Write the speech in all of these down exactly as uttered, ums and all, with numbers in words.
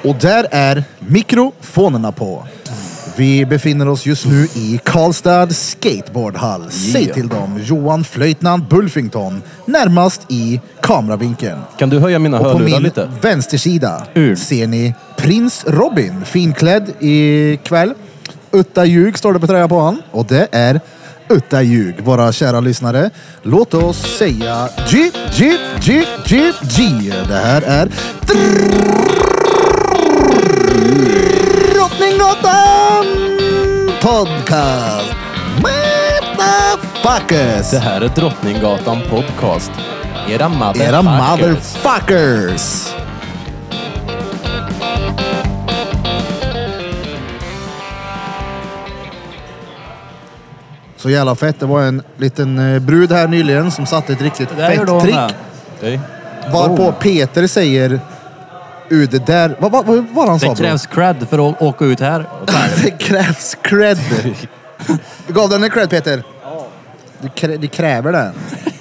Och där är mikrofonerna på. Vi befinner oss just nu i Karlstad skateboardhall. Yeah. Säg till dem Johan Flöjtnant Bulfington, närmast i kameravinkeln. Kan du höja mina hörlurar lite? Och på min vänstersida Ur. ser ni Prins Robin, finklädd i kväll. Utta ljug står det på tröjan på han. Och det är Utta ljug, våra kära lyssnare. Låt oss säga G, G, G, G, G. Det här är Drottninggatan Podcast. Motherfuckers. Det här är Drottninggatan Podcast. Era motherfuckers. Era motherfuckers. Så jävla fett. Det var en liten brud här nyligen som satte ett riktigt fett trick. Okay. Varpå oh. Peter säger ut det där. Vad, vad, vad var han sa? Det krävs bro? cred för att åka ut här. Det krävs cred. Du gav den en cred, Peter? Ja. Du, krä, du kräver den.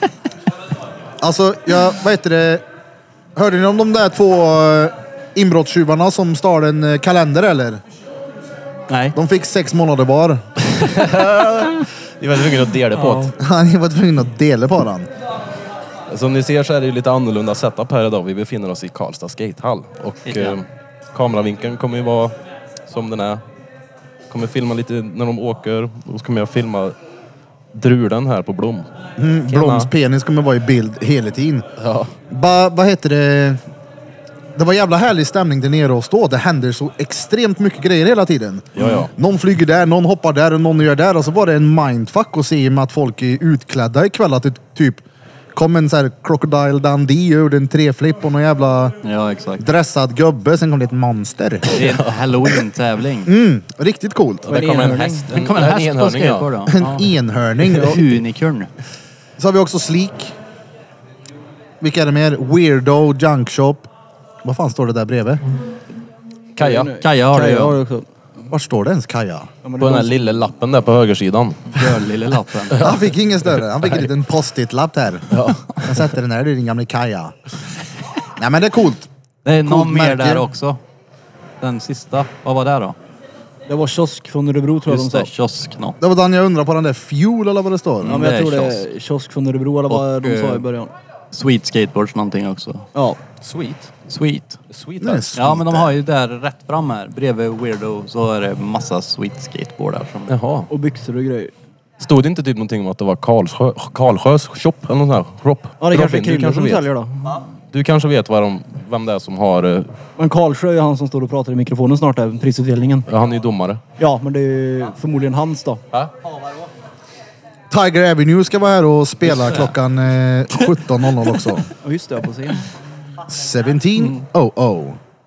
Alltså, jag, vad heter det? Hörde ni om de där två inbrottstjuvarna som stal en kalender, eller? Nej. De fick sex månader var. Ni var tvungna att dela på det. Ja, ni var tvungna att dela på den. Som ni ser så är det lite annorlunda setup här idag. Vi befinner oss i Karlstad skatehall. Och ja. eh, kameravinkeln kommer ju vara som den är. Kommer filma lite när de åker. Och så kommer jag filma drulen här på Blom. Mm, Bloms penis kommer vara i bild hela tiden. Ja. Ba, vad heter det? Det var jävla härlig stämning där nere och stå. Det händer så extremt mycket grejer hela tiden. Ja, ja. Någon flyger där, någon hoppar där och någon gör där. Och så var det en mindfuck att se med att folk är utklädda ikväll. Att det typ kom en så här Crocodile Dundee och en treflip och någon jävla ja, exakt. dressad gubbe. Sen kom det ett monster. Det är en Halloween-tävling. Mm, riktigt coolt. Och det kommer en häst. Det kommer en häst en på enhörning, skateboard då. En enhörning. Unicorn. Så har vi också Sleek. Vilka är det mer? Weirdo, Junk Shop. Vad fan står det där bredvid? Kaja. Kaja har det ju. Var står det ens Kaja? På den här lilla lappen där på högersidan. Den lilla lappen. Han fick ingen större. Han fick en liten post-it-lapp där. Ja. Han sätter den där, det är din gamla Kaja. Nej men det är coolt. Det är någon Coolt mer märke. där också. Den sista. Vad var det då? Det var kiosk från Örebro tror jag de Just sa. det, kiosk nå. Det var den jag undrar på, den där Fuel eller vad det står. Ja men jag Det är tror det är kiosk från Örebro eller vad Och, de sa i eh, början. Sweet skateboards någonting också. Ja. Sweet. Sweet. Sweet. Nej, Alltså. Ja men de har ju där rätt fram här. Bredvid Weirdo så är det massa sweet skateboardar som... Jaha. Och byxor och grejer. Stod det inte typ någonting om att det var Karlsjö, Karlsjös shop eller något sånt här? Shop? Ja det kanske är Robin, du Krille som vet. säljer då. Du kanske vet vad de, vem det är som har... eh, Men Karlsjö är han som står och pratar i mikrofonen snart där, prisutdelningen. Ja, han är ju domare. Ja men det är förmodligen hans då. Ja. Tiger Avenue ska vara här och spela klockan eh, sjutton noll noll också. Ja just det, på scen. sjutton noll noll.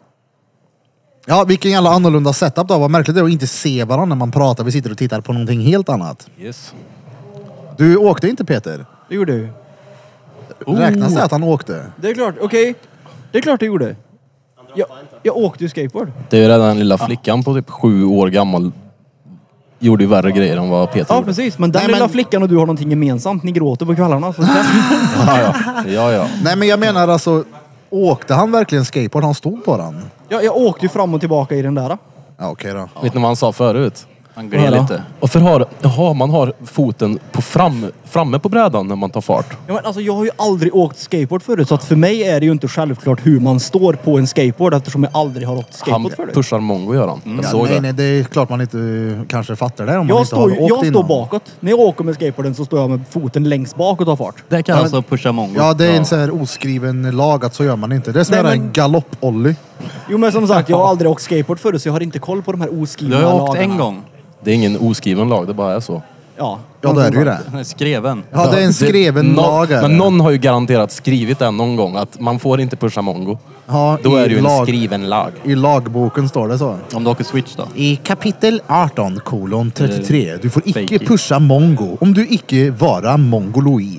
Ja, vilken jävla annorlunda setup då. Vad märkligt det är att inte se varandra när man pratar. Vi sitter och tittar på någonting helt annat. Yes. Du åkte inte, Peter? Det gjorde du. Räknas det att han åkte? Det är klart, okej. Det är klart det gjorde. Jag, jag åkte ju skateboard. Det är ju redan den lilla flickan på typ sju år gammal. Gjorde ju värre grejer än vad Peter Ja gjorde. precis, men den Nej, lilla men- flickan och du har någonting gemensamt. Ni gråter på kvällarna. Så Ja, ja. ja, ja. Nej, men jag menar alltså, åkte han verkligen skateboard? Han stod på den. jag, jag åkte ju fram och tillbaka i den där. Ja, okej då. Vet ni vad han sa förut? Han gled Ja. lite. Och för har, jaha, man har foten på fram, framme på brädan när man tar fart. Ja, men alltså, jag har ju aldrig åkt skateboard förut så att för mig är det ju inte självklart hur man står på en skateboard eftersom jag aldrig har åkt Han skateboard förut. pushar mongo, gör han. Jag Ja, såg nej, det. nej, det är klart man inte uh, kanske fattar det om man Jag, inte står, har ju- åkt jag står innan. bakåt. När jag åker med skateboarden så står jag med foten längst bak och tar fart. Det kan Ja, alltså pusha mongo. Ja, det är en så här oskriven lag att så gör man inte. Det är som Nej, att göra men- en galopp-ollie. Jo men som sagt, jag har aldrig åkt skateboard förut så jag har inte koll på de här Du oskrivna har ju åkt lagarna. en gång. Det är ingen oskriven lag, det bara är så. Ja, Ja, då är det ju det. Den är skreven. Ja, det är en skriven nå- lag. är det. Men någon har ju garanterat skrivit den någon gång att man får inte pusha mongo. Ja, Då i är det ju en lag- skriven lag. I lagboken står det så. Om du åker switch då. I kapitel arton kolon trettiotre. Du får icke Fakey. pusha mongo om du icke vara mongoloid.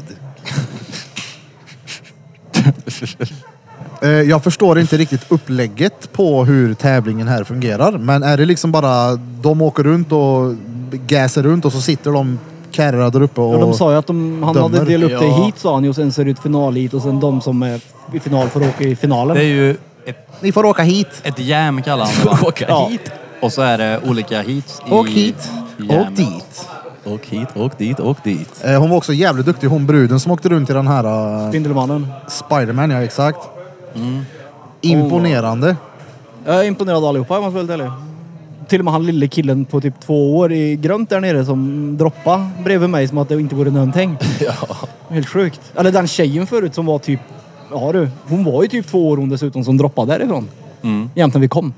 Eh, Jag förstår inte riktigt upplägget på hur tävlingen här fungerar. Men är det liksom bara de åker runt och gasar runt och så sitter de kärrar där uppe och... Ja, de sa ju att de, han dömer. hade delat upp det Ja. hit sa han ju och sen så är det ett finalhit och sen de som är i final får åka i finalen. Det är ju Ett, Ni får åka hit. ett jam kallar han det, va? Åka Ja. hit. Och så är det olika hits i Åk hit. i Åk jammet. dit. Åk hit, åk dit, åk dit. Eh, hon var också jävligt duktig, hon bruden som åkte runt i den här uh, Spindelmannen. Spiderman, ja exakt. Imponerande. Jag är imponerad av allihopa, jag måste vara väldigt ärlig. Till och med han lille killen på typ två år i grönt där nere som droppa bredvid mig som att det inte vore någonting. Ja. Helt sjukt. Eller den tjejen förut som var typ... Ja du, hon var ju typ två år hon dessutom som droppade därifrån. Mm. Jämt när vi kom.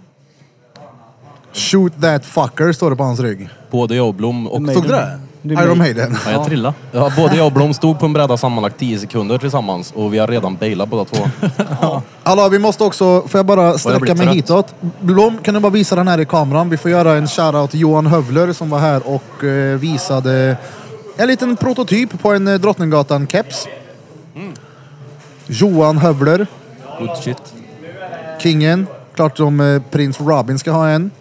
Shoot that fucker står det på hans rygg. Både jag och Blom och... Nej. Stod det där? Det är Iron mig. Maiden. Ja, jag trillade. Ja, både jag och Blom stod på en bräda sammanlagt tio sekunder tillsammans och vi har redan bailat båda två. Hallå, vi måste också, får jag bara sträcka blivit mig trött. hitåt? Blom, kan du bara visa den här i kameran? Vi får göra en shoutout till Johan Hövler som var här och eh, visade en liten prototyp på en eh, Drottninggatan-keps. Johan Hövler, Good shit. kingen. Klart som eh, prins Robin ska ha en.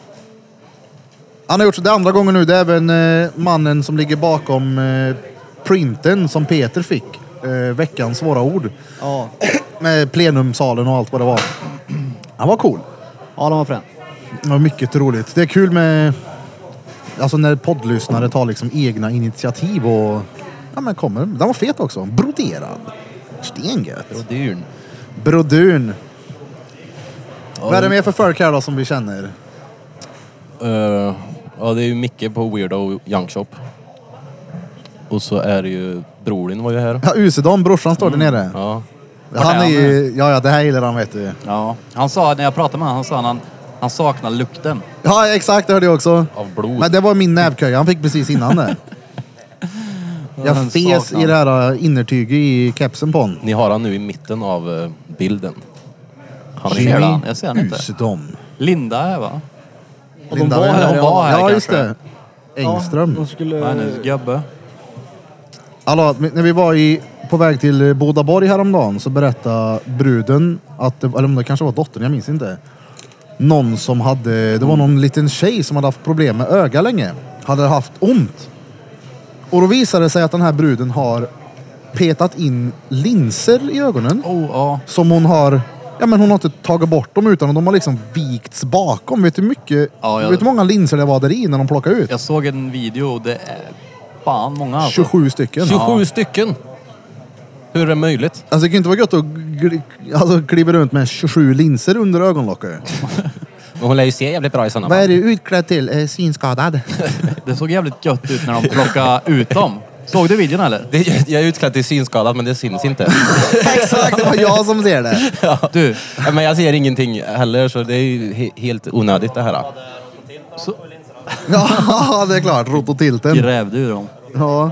Han har gjort så det andra gången nu. Det är även eh, mannen som ligger bakom eh, printen som Peter fick. Eh, veckans svåra ord. Ja, Med plenumsalen och allt vad det var. Han var cool. ja de var frän. Det var mycket roligt. Det är kul med... Alltså när poddlyssnare tar liksom egna initiativ och... Ja men kommer. Den var fet också. Broderad. Stengött. Brodyrn. Brodun. Vad är det mer för folk här då som vi känner? Uh, ja, det är ju Micke på Weirdo Young Shop. Och så är det ju... Bror din var ju här. Ja, Usedom, brorsan står där nere. Ja. Han är ju... Ja, ja, det här gillar han vet du. Ja. Han sa, när jag pratade med honom, han sa att han, han saknar lukten. Ja, exakt. Det hörde jag också. Av blod. Men det var min nävköja. Han fick precis innan det. Jag Han fes saknar. i det här innertyget i kepsen på honom. Ni har han nu i mitten av eh, bilden. Han Jag är ser han, jag ser han inte. Usedom. Linda är va? Och de var här. de var här Ja, just kanske. det. Engström. Ja, de skulle... Vad är hennes gubbe? Alltså, när vi var i, på väg till Bodaborg häromdagen så berättade bruden att, det, eller om det kanske var dottern, jag minns inte. Någon som hade, det var någon liten tjej som hade haft problem med öga länge. Hade haft ont. Och då visade det sig att den här bruden har petat in linser i ögonen. Oh, ja. Som hon har, ja men hon har inte tagit bort dem utan de har liksom vikts bakom. Vet du hur mycket, Ja, jag- vet du hur många linser det var där i när de plockade ut? Jag såg en video och det är fan många alltså. tjugosju stycken. tjugosju stycken! Hur är det möjligt? Alltså det kan inte vara gött att gl- alltså, kliva runt med tjugosju linser under ögonlocket. Men hon lär ju se jävligt bra i sådana Vad är du utklädd till? Eh, synskadad. Det såg jävligt gött ut när de plockade ut dem. Såg du videon eller? Det, jag är utklädd till synskadad men det syns inte. Exakt, det var jag som ser det. Du, Ja, men jag ser ingenting heller så det är ju he- helt onödigt det här. så Ja, det är klart. Rototilten. grävde ur dem. Ja.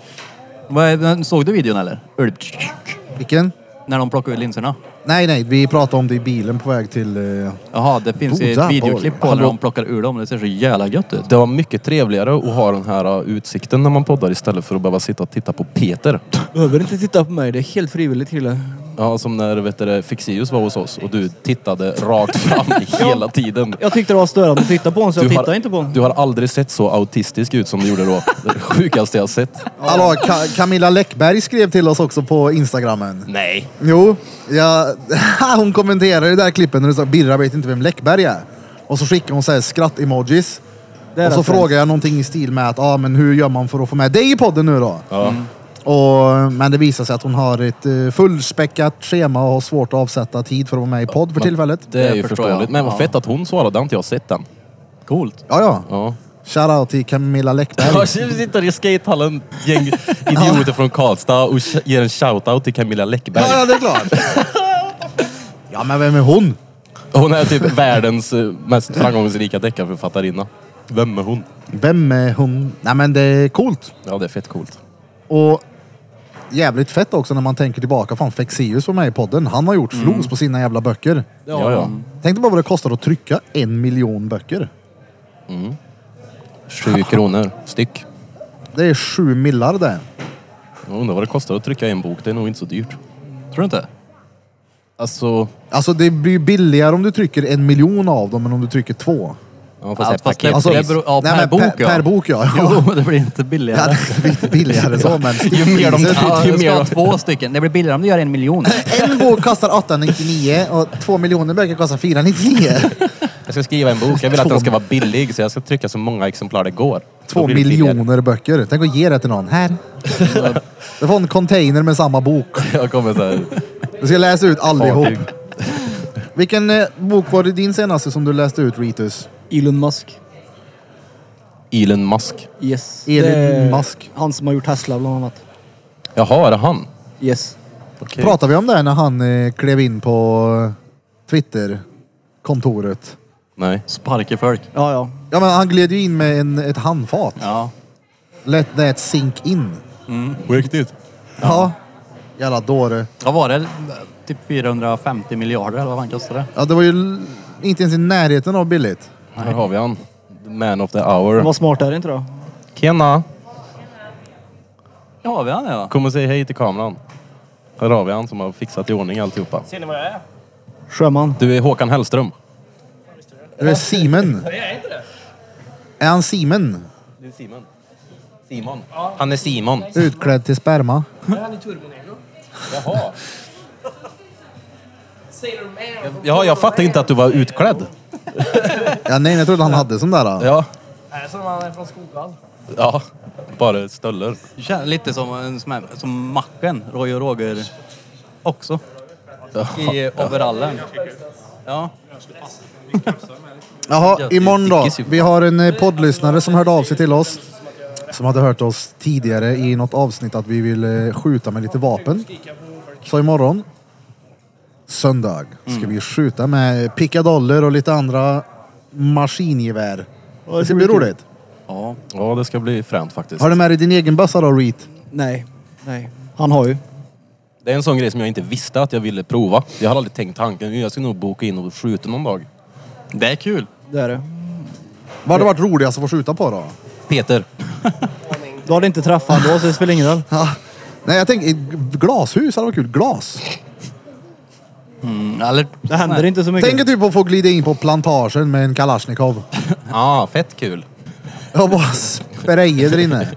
Vad är, men såg du videon eller? Vilken? När de plockade ut linserna? Nej, nej. Vi pratade om det i bilen på väg till... Eh... Jaha, det finns ju ett Bodaborg. videoklipp på när de plockar ur dem. Det ser så jävla gött ut. Det var mycket trevligare att ha den här uh, utsikten när man poddar istället för att behöva sitta och titta på Peter. Behöver inte titta på mig, det är helt frivilligt Hille. Ja, som när vet du, Fixius var hos oss och du tittade rakt fram hela tiden. Jag tyckte det var störande att titta på honom så jag Du har- tittade inte på honom. Du har aldrig sett så autistisk ut som du gjorde då. Det är det sjukaste jag har sett. Hallå, Ka- Camilla Läckberg skrev till oss också på Instagrammen. Nej. Jo, ja, hon kommenterade det där klippen när du sa Birra vet inte vem Läckberg är. Och så skickade hon så här skratt-emojis. Det är Och så rätt frågade jag någonting i stil med att ah, men hur gör man för att få med dig i podden nu då? Ja. Och, men det visar sig att hon har ett uh, fullspäckat schema och har svårt att avsätta tid för att vara med i podd för Men tillfället. Det är Det ju förstår förståeligt. jag. Men vad Ja. fett att hon svarade. Det har inte jag sett än. Coolt. Ja, ja. Ja. Shoutout till Camilla Läckberg. Jag sitter i skatehallen, gäng idioter från Karlstad och sh- ger en shoutout till Camilla Läckberg. Ja, ja, det är klart. Ja, men vem är hon? Hon är typ världens eh, mest framgångsrika deckarförfattarinna. Vem är hon? Vem är hon? Nej, men det är coolt. Ja, det är fett coolt. Och jävligt fett också när man tänker tillbaka. Fan, Fexeus var med i podden. Han har gjort flos på sina jävla böcker. Ja, ja. Tänk dig bara vad det kostar att trycka en miljon böcker. Sju kronor styck. Det är sju millar det. Jag undrar vad det kostar att trycka en bok. Det är nog inte så dyrt. Tror du inte? Alltså, Alltså det blir billigare om du trycker en miljon av dem än om du trycker två. Ja, fast Ja, ett fast paket. det- Alltså, det beror- ja, nej, per men bok, per, ja. per bok ja. Jo, det blir inte Ja, billigare. det blir inte billigare så, men Ju mer de stickpriset- Ja, ju jag mer ska ha de- två stycken. Det blir billigare om du gör en miljon. En bok kostar åtta nittionio och två miljoner böcker kostar fyra nittionio. Jag ska skriva en bok. Jag vill att den ska vara billig så jag ska trycka så många exemplar det går. Två Då blir det billigare. miljoner böcker. Tänk att ge det till någon. Här. Du får en container med samma bok. Jag kommer så här. Du ska läsa ut allihop. Fartyg. Vilken eh, bok var det din senaste som du läste ut, Ritus? Elon Musk. Elon Musk. Yes. Elon Det är Musk. Han som har gjort Tesla bland annat. Jaha, är det han? Yes. Okej. Pratade vi om det när han eh, klev in på Twitter-kontoret? Nej. Sparkar folk. Ja, ja. Ja, men han gled ju in med en, ett handfat. Ja. Let that sink in. På riktigt? Ja. Jävla dåre. Vad var det? Typ fyrahundrafemtio miljarder eller vad fan kostade det? Ja, det var ju l- inte ens i närheten av billigt. Här har vi han. The man of the Men hour. vad smart är det inte då? Tjena. Ja, vi har det ja. Kom och säg hej till kameran. Här har vi han som har fixat i ordning alltihopa. Ser ni vad jag är? Sjöman. Du är Håkan Hellström. Du är Simon. Nej, jag är inte det. Är han Simon? Du är Simon. Simon. Han är Simon. Utklädd till sperma. Jag är han i Turbonegro. Jaha. Sailor Man. Ja, jag fattar inte att du var utklädd. Ja, nej, jag trodde han hade sån där. Ja. Nej, som han är från Skoghall. Ja. Bara stölder. Det känns lite som, en sån här- som Macken, Roy och Roger också. I overallen. Ja. Jaha, imorgon då. Vi har en eh, poddlyssnare som hörde av sig till oss. Som hade hört oss tidigare i något avsnitt att vi vill eh, skjuta med lite vapen. Så imorgon, söndag, ska vi skjuta med pickadoller och lite andra maskingevär. Det ska bli roligt. Ja. Ja, det ska bli fränt faktiskt. Har du med dig din egen bössa då, Reet? Nej. Nej. Han har ju. Det är en sån grej som jag inte visste att jag ville prova. Jag hade aldrig tänkt tanken. Jag ska nog boka in och skjuta någon dag. Det är kul. Det är det. Vad hade varit roligast att få skjuta på då? Peter. Du hade inte träffat då så det spelar ingen roll. Ja. Nej, jag tänker glashus hade varit kul. Glas. Mm, eller... Det händer inte så mycket. Tänk typ att få glida in på plantagen med en Kalashnikov. Ja, ah, fett kul. Jag bara sprayer där inne.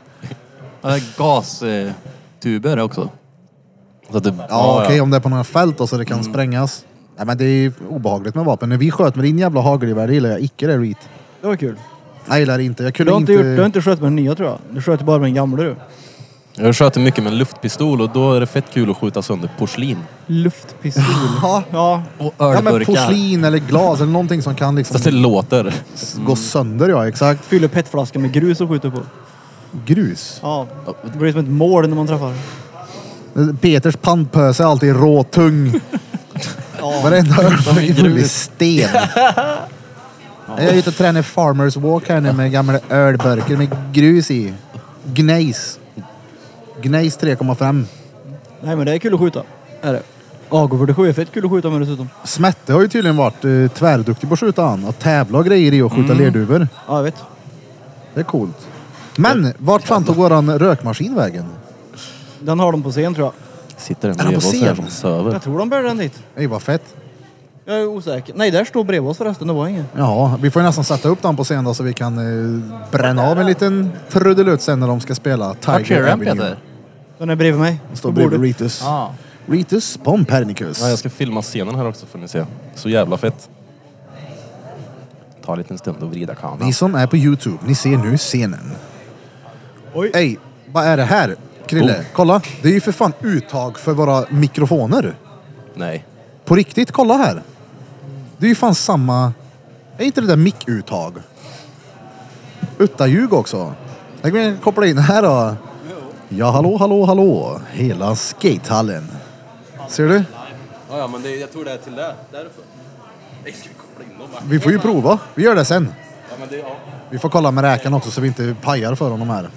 Gastuber också. Så att det, Ja, okej, om det är på några fält då, så det kan sprängas. Nej, men det är obehagligt med vapen. När vi sköt med din jävla hagelgevär, det gillar jag icke det, Reet. Det var kul. Jag gillar det inte. Jag Du kunde har inte, inte... gjort, du har inte skjutit med den nya tror jag. Du sköt bara med den gamla du. Jag sköter mycket med en luftpistol och då är det fett kul att skjuta sönder porslin. Luftpistol. Ja. Ja. Och Ja, men ölburkar. porslin eller glas eller någonting som kan liksom Så att det låter. gå sönder, ja, exakt. Fyller petflaskan med grus och skjuter på. Grus. Ja. Det blir som ett mål när man träffar. Peters pannpöse är alltid råtung. Varenda ölburk är full i sten. Jag är ute och tränar farmers walk här nu med gamla ölburkar med grus i. Gnejs. Gnejs tre komma fem. Nej men det är kul att skjuta. Är det. A K fyrtiosju är fett kul att skjuta med dessutom. Smette har ju tydligen varit eh, tvärduktig på att skjuta han. Och tävla och grejer i och skjuta lerduvor. Ja jag vet. Det är coolt. Men vart fan tog våran rökmaskin vägen? Den har de på scen tror jag. Sitter den Är de bredvid på oss här scen? som söver. Jag tror de bär den dit. Ej, vad fett. Jag är osäker. Nej där står bredvid oss förresten. Det var ingen. Ja, vi får ju nästan sätta upp den på scen då, så vi kan eh, bränna av en liten trudelutt sen när de ska spela Vart ser du Tiger den Avenue. Peter? Den är bredvid mig. Den står På bredvid bordet. Ritus. Ja. Ritus Pompernicus. Ja, jag ska filma scenen här också får ni se. Så jävla fett. Ta en liten stund och vrida kameran. Ni som är på YouTube, ni ser nu scenen. Oj. Ej, vad är det här? Krille, Oh. kolla. Det är ju för fan uttag för våra mikrofoner. Nej. På riktigt, kolla här. Det är ju fan samma... Är inte det där mick-uttag? Utta-ljug också. Jag kan koppla in här då. Ja, hallå, hallå, hallå. Hela skatehallen. Ser du? Ja, ja men det, jag tror det är till det. Därför. Nej, ska vi koppla in dem va? Vi får ju prova. Vi gör det sen. Ja, men det, ja. Vi får kolla med räkan också så vi inte pajar för honom här.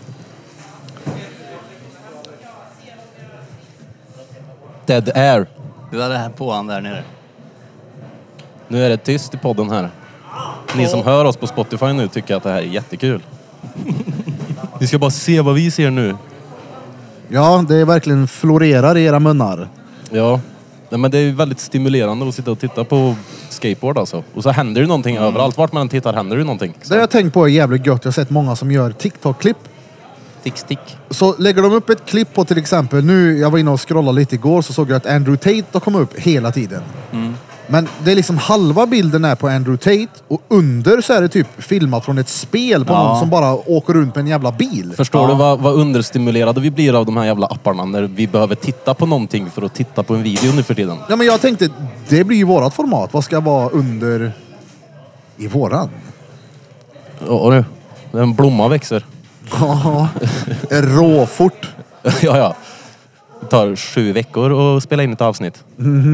Dead air. Det där är på han där nere. Nu är det tyst i podden här. Ni som hör oss på Spotify nu tycker att det här är jättekul. Ni ska bara se vad vi ser nu. Ja, det är verkligen florerar i era munnar. Ja, nej, men det är väldigt stimulerande att sitta och titta på skateboard alltså. Och så händer det någonting Mm. överallt. Vart man än tittar händer det någonting. Det har jag tänkt på är jävligt gött. Jag har sett många som gör TikTok-klipp. Tick, stick. Så lägger de upp ett klipp på till exempel, nu, jag var inne och scrollade lite igår så såg jag att Andrew Tate har kommit upp hela tiden. Mm. Men det är liksom halva bilden är på Andrew Tate och under så är det typ filmat från ett spel på Ja. någon som bara åker runt med en jävla bil. Förstår Ja. du vad, vad understimulerade vi blir av de här jävla apparna när vi behöver titta på någonting för att titta på en video nu för tiden? Ja men jag tänkte, det blir ju vårat format. Vad ska vara under i våran? Ja du, en blomma växer. Ja, råfort. ja, ja. Det tar sju veckor att spela in ett avsnitt.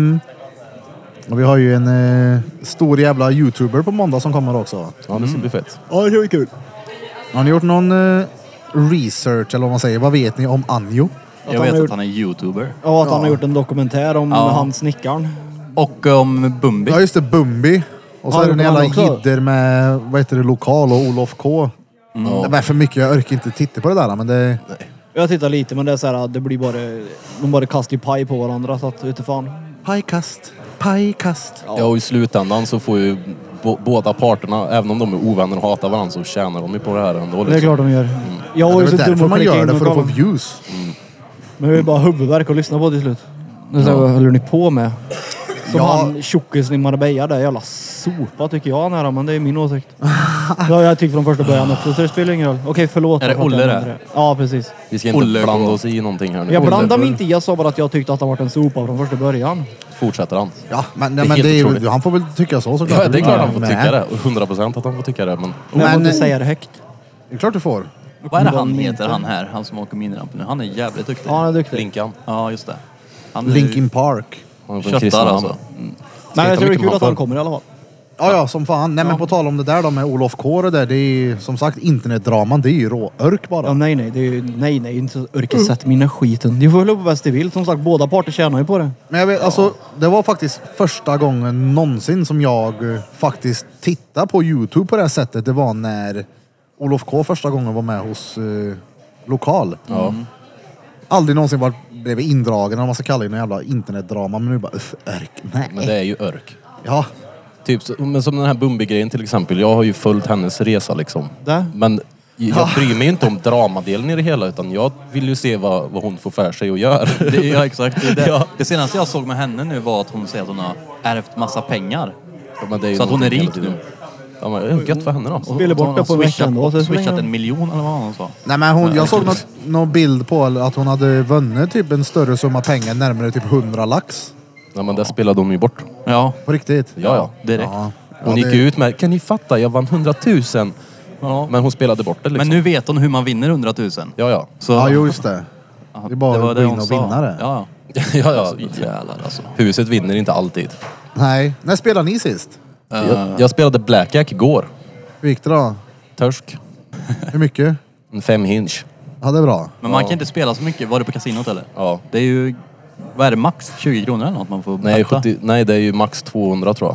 Och vi har ju en eh, stor jävla YouTuber på måndag som kommer också. Ja, det ska bli fett. Ja, det är kul. Har ni gjort någon eh, research eller vad man säger? Vad vet ni om Anjo? Jag han vet har att gjort- han är youtuber. Ja, att han Ja. har gjort en dokumentär om Ja. han snickaren. Och om Bumbi. Ja just det, Bumbi. Och så Ja, är det en det jävla kan man också. jidder med, vad heter det, Lokal och Olof K. Ja. Det är för mycket, jag orkar inte titta på det där men det... Jag tittar lite men det är så här, det blir bara, de bara kastar ju paj på varandra så att utifrån. Pajkast, pajkast. Ja, och i slutändan så får ju bo- båda parterna, även om de är ovänner och hatar varandra, så tjänar de ju på det här ändå. Det är Liksom. klart de gör. Jag Det var är ju så väl dum därför och man klicka gör in det, och för att få kolla. views. Men det är bara huvudvärk att lyssna på till slut. Nu så vad håller ni på med? Som Ja. han tjockisen i Marbella, det är jävla sopa tycker jag nära, men det är min åsikt. Ja, jag tycker från första början också, så det spelar ingen roll. Okej, förlåt. Är det jag fattar Olle inte det? Ja, precis. Vi ska inte Olle blanda på- oss i någonting här nu. Jag blandar mig Olle, inte i, jag sa bara att jag tyckte att han var en sopa från första början. Fortsätter han. Ja, men, Det är nej, men helt det är ju, otroligt. han får väl tycka så såklart. Ja, det är klart han får Men- tycka det. hundra procent att han får tycka det. Men Men jag får Men- inte säga det högt. Det är klart du får. Vad är det han De heter, inte. han här? Han som åker miniramp nu. Han är jävligt duktig. Ja, han är duktig. Linkan. Ja, just det. Han är Linkin Park. Han är från köttar Kristinehamn. alltså. Mm. Nej, jag tror det är mycket kul med att han han kommer i alla fall. Ja, ja, som fan. Nej, men på tal om det där då med Olof K och det där. Det är som sagt internetdraman. Det är ju råörk bara. Ja, nej, nej. Det är ju, nej, nej. Inte så orka sätta mina skiten. Ni får väl upp bäst det vill. Som sagt, båda parter tjänar ju på det. Men jag vet, alltså, det var faktiskt första gången någonsin som jag eh, faktiskt tittade på YouTube på det här sättet. Det var när Olof K första gången var med hos eh, Lokal. Ja. Aldrig någonsin varit blivit indragen, eller vad man ska kalla det, någon jävla internetdrama. Men nu bara, uff, örk. Nej. Men det är ju örk. Ja, Typ, så- men som den här Bumbi-grejen till exempel. Jag har ju följt hennes resa liksom. Där. Men jag bryr mig inte om dramadelen i det hela, utan jag vill ju se vad, vad hon får för sig och gör. Det, ja, exakt. Det, är det. Ja. det senaste jag såg med henne nu var att hon säger att hon har ärvt massa pengar. Ja, men det är ju Så att hon är någonting rik hela tiden. nu. Ja, men det är gött för henne då. Spelar bort Hon det har på en vecka swishat, ändå, så det spelar swishat ingen en miljon eller vad hon sa. nej men hon, jag såg något, någon bild på att hon hade vunnit typ en större summa pengar, närmare typ hundra lax. Ja, men det spelade de ju bort. Ja, På riktigt. Ja, ja. direkt. Ja. Hon Ja, gick det- ju ut med, kan ni fatta, jag vann hundratusen. Ja. Men hon spelade bort det liksom. Men nu vet hon hur man vinner hundratusen. Ja, ja. Så, Ja, jo, just det. Det är bara var att gå in hon och sa. vinna det. Ja, ja, ja. Så jävlar alltså. Huset vinner inte alltid. Nej. När spelade ni sist? Jag, jag spelade Blackjack igår. Hur gick det då? Törsk. Hur mycket? En fem hinch. Ja, det är bra. Men man kan inte spela så mycket. Var det på kasinot eller? Ja. Det är ju, vad är det, max tjugo kronor eller något man får Nej, betta? sjuttio, nej, det är ju max tvåhundra tror jag.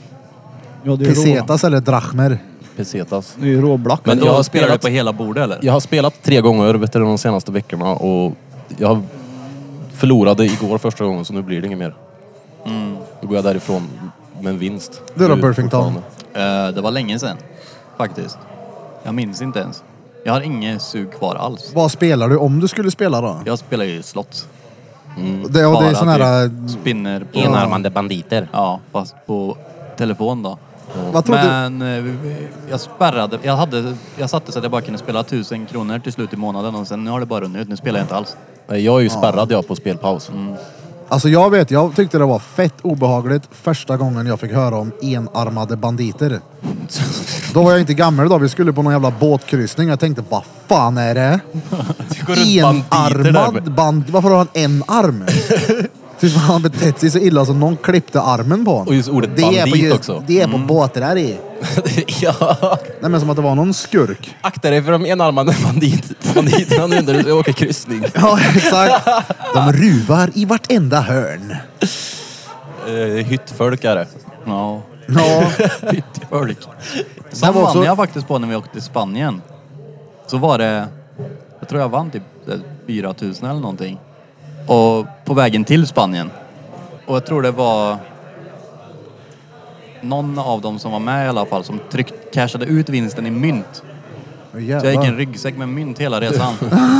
Ja, det är rå. Pesetas eller drachmer? Pesetas. Det är ju råblack. Men Men då jag har spelar spelat- du på hela bordet eller? Jag har spelat tre gånger vet du, de senaste veckorna och jag förlorade igår första gången så nu blir det inget mer. Mm. Då går jag därifrån med en vinst. Du då, Nu Burfington? fortfarande. Eh, det var länge sedan. Faktiskt. Jag minns inte ens. Jag har ingen sug kvar alls. Vad spelar du om du skulle spela då? Jag spelar ju slott. Det, och det är Bara sån här... typ spinner på... Enarmande banditer. Ja, fast på telefon då. Vad trodde du? Men eh, jag spärrade, jag hade, jag satte så att jag bara kunde spela tusen kronor till slut i månaden och sen nu har det bara runnit ut. Nu spelar jag inte alls. Nej, Jag är ju spärrad jag på spelpaus. Alltså jag vet, jag tyckte det var fett obehagligt första gången jag fick höra om enarmade banditer. Då var jag inte gammal då, vi skulle på någon jävla båtkryssning. Jag tänkte, vad fan är det? går runt banditer där Enarmad med- band... Varför har han en arm? Tills han har betett sig så illa så någon klippte armen på honom. Och just ordet det är på, bandit också. Det är på båtar här i. ja. Nej men som att det var någon skurk. Akta dig för de enarmade bandit, banditerna nu när du åker kryssning. Ja exakt. De ruvar i vartenda hörn. Uh, hyttfolk är det. Ja. Ja. Folk. Det Sen var vann också- jag faktiskt på när vi åkte till Spanien. Så var det, jag tror jag vann typ fyra tusen eller någonting. Och på vägen till Spanien. Och jag tror det var någon av dem som var med i alla fall som tryckt, cashade ut vinsten i mynt. Oh, Så jag gick en ryggsäck med mynt hela resan.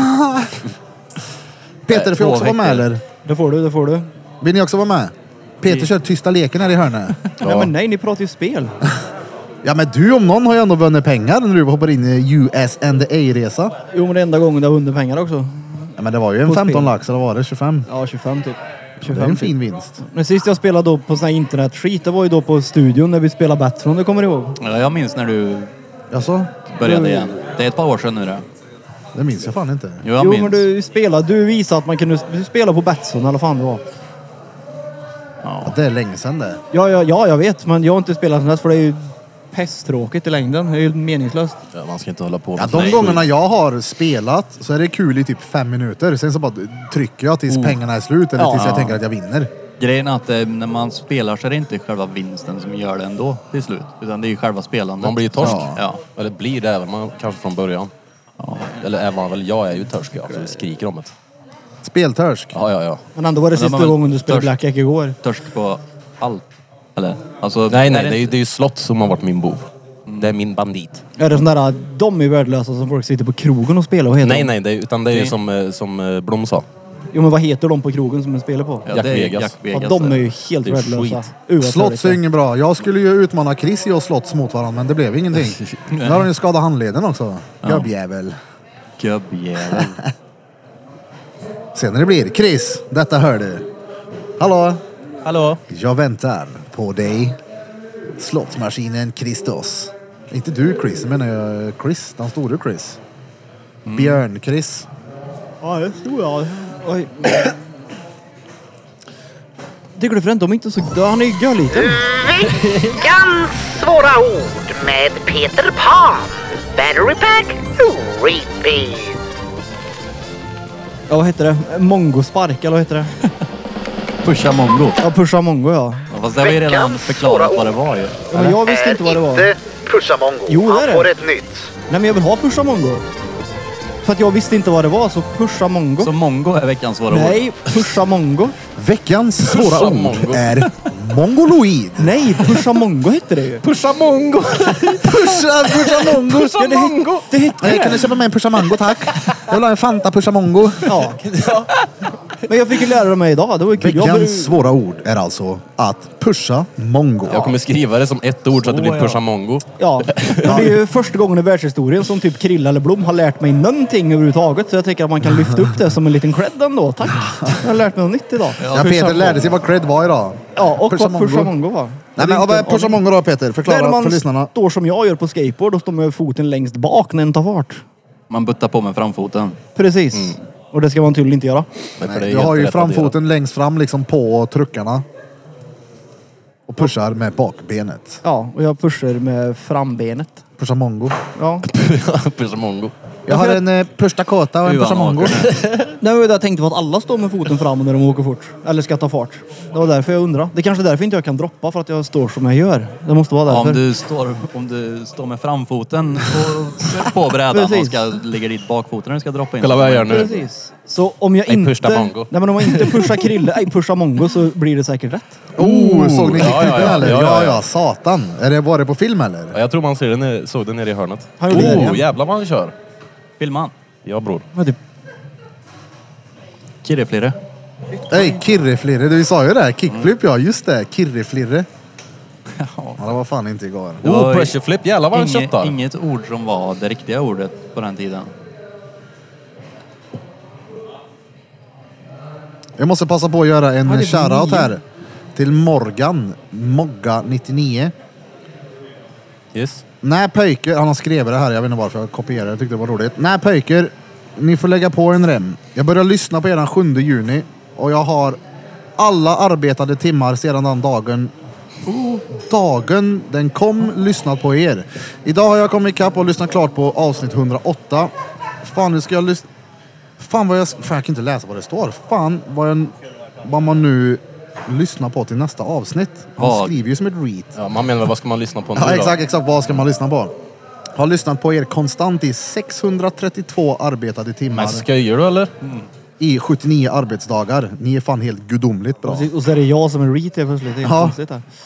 Peter, får jag också Två vara med veckor. eller? Det får du, det får du. Vill ni också vara med? Peter kör tysta leken här i hörnet. Nej men nej, ni pratar ju spel. Ja men du om någon har ju ändå vunnit pengar när du hoppar in i U S N D A-resa. Jo men det är enda gången du har vunnit pengar också. Ja men det var ju en På femton spel. lax eller var det tjugofem? Ja, tjugofem typ. Det är tjugofem en typ. fin vinst. Men sist jag spelade då på sån här internetskit, det var ju då på studion när vi spelade Batman, det kommer du ihåg? Ja, jag minns när du Alltså, började igen. Det är ett par år sedan nu det. det minns jag fan inte. Jo, jag Jo minns. men du spelade, du visade att man kunde du spela på Batson eller vad fan det var. Ja, det är länge sedan det. Ja, ja, ja, jag vet, men jag har inte spelat sånt för det är ju pesttråkigt i längden. Det är ju meningslöst. Ja, man ska inte hålla på med Ja, sånt de där gångerna skit. jag har spelat så är det kul i typ fem minuter. Sen så bara trycker jag tills pengarna är slut eller Ja. tills jag Ja. tänker att jag vinner. Grejen är att eh, när man spelar så är det inte själva vinsten som gör det ändå till slut. Utan det är ju själva spelandet. Man blir ju torsk. Ja. Ja. Eller blir det även man kanske från början. Eller är man väl, jag är ju törsk ja, så vi skriker om det. Speltörsk. Ja, ja, ja. Men ändå var det Men de sista har väl gången du spelade törst. Blackjack igår. Törsk på allt. Eller? Alltså, Nej, nej, är det är ju det är ju slott som har varit min bov. Det är min bandit. Är det sån där, de är värdelösa som folk sitter på krogen och spelar? Vad heter Nej, de? nej, det är, utan det är ju Nej. som, eh, som eh, Blom sa. Jo men vad heter de på krogen som man spelar på? Ja, Jack det är Vegas. Jack Ja, Vegas. de är ju helt Det är värdelösa. skit. Oavsett Slotts är vilka. inget bra. Jag skulle ju utmana Chris i att slotts mot varandra men det blev ingenting. Nu har han ju skadat handleden också. Gubbjävel. Gubbjävel. Sen när det blir Chris, detta hör du. Hallå? Hallå? Jag väntar på dig. Slottsmaskinen Christos. Inte du Chris, jag menar jag Chris, den store Chris. Björn Chris. Ja, det tror jag. Oj. Tycker du för de är inte så... Han är ju görliten. Veckans svåra ord med Peter Pan. Battery pack, repeat. Ja, vad heter det? Mongospark, eller vad heter det? Pusha mongo. Ja, pusha mongo, ja. Ja, fast det har vi redan förklarat vad det var ju. Ja, men jag visste inte vad det var. Inte pusha mongo. Jo, det är Han det. får ett nytt. Nej, men jag vill ha pusha mongo. För att jag visste inte vad det var, så pusha mongo. Så mongo är veckans svåra ord. Nej, pusha mongo. Veckans svåra Pusha ord mongo. är mongoloid. Nej, pusha mongo heter det ju. Pusha mongo! Pusha, pusha mongo. Ja, det, het, det heter Nej, kan det. du köpa mig en pusha mango tack? Jag vill ha en Fanta pusha mongo. Ja. Men jag fick ju lära mig idag. Det var ju kul. Jag Veckans bör- svåra ord är alltså att pusha mongo. Jag kommer skriva det som ett ord så att det Så, blir ja. pusha mongo. Ja, det är ju första gången i världshistorien som typ Krilla eller Blom har lärt mig någonting överhuvudtaget. Så jag tänker att man kan lyfta upp det som en liten cred ändå. Tack. Jag har lärt mig något nytt idag. Ja, Peter lärde sig vad cred var idag. Ja, och Pusha vad pusha mongo. mongo var. Nej, men vad är pusha mongo då Peter? Där Förklara man för lyssnarna. står som jag gör på skateboard och står med foten längst bak när den tar fart. Man buttar på med framfoten. Precis. Och det ska man tydligen inte göra. Nej, för det är Du helt har ju rätt framfoten adderat. längst fram liksom på truckarna. Och pushar med bakbenet. Ja, och jag pushar med frambenet. Pusha mongo. Ja. Pusha mongo. Jag har en eh, push Dakota och en Hur pusha han mongo. åker. Det var ju det jag tänkte på, att alla står med foten fram när de åker fort. Eller ska ta fart. Det var därför jag undrar. Det är kanske därför inte jag kan droppa, för att jag står som jag gör. Det måste vara därför. Om du, står, om du står med framfoten på, på brädan och Precis. ska ligga dit bakfoten när du ska droppa in. Kolla vad jag gör nu. Precis. Så om jag Nej, inte... pusha mongo. Nej, men om jag inte pushar Krille, nej, pushar mongo, så blir det säkert rätt. Oh, såg ni Ja, ja, klippen ja. eller? Ja, Ja, ja, ja, ja. satan. Är det, var det på film eller? Ja, jag tror man ser den, nere- såg den nere i hörnet. Han gjorde det Oh, igen. jävlar vad han kör. Filma han. Ja, bror. Men typ, Kirreflirre. Nej, kirreflirre. Vi sa ju det. Kickflip, ja. Just det. Kirreflirre. Ja, det var fan inte igår. Det var Oh, pressure flip. Jävlar vad han Inge, köttar. inget ord som var det riktiga ordet på den tiden. Jag måste passa på att göra en Ja, det är shoutout nio. här. Till Morgan, Mogga nittionio. Yes. Nej pöjker, han har skrivit det här, jag vet inte varför jag kopierade, jag tyckte det var roligt. Nej pöjker, ni får lägga på en rem. Jag börjar lyssna på er den sjunde juni och jag har alla arbetade timmar sedan den dagen dagen den kom lyssnat på er. Idag har jag kommit ikapp och lyssnat klart på avsnitt hundraåtta. Fan, nu ska jag lyssna. Fan vad jag... Fan, jag kan inte läsa vad det står. Fan vad, jag... vad man nu lyssnar på till nästa avsnitt. Han Vad? skriver ju som ett read. Ja, man menar vad ska man lyssna på nu Ja, då? exakt, exakt. Vad ska man lyssna på? Har lyssnat på er konstant i sexhundratrettiotvå arbetade timmar Men skojar du eller? i sjuttionio arbetsdagar. Ni är fan helt gudomligt bra. precis. Och så är det jag som är reet helt plötsligt. Det är Ja. konstigt här.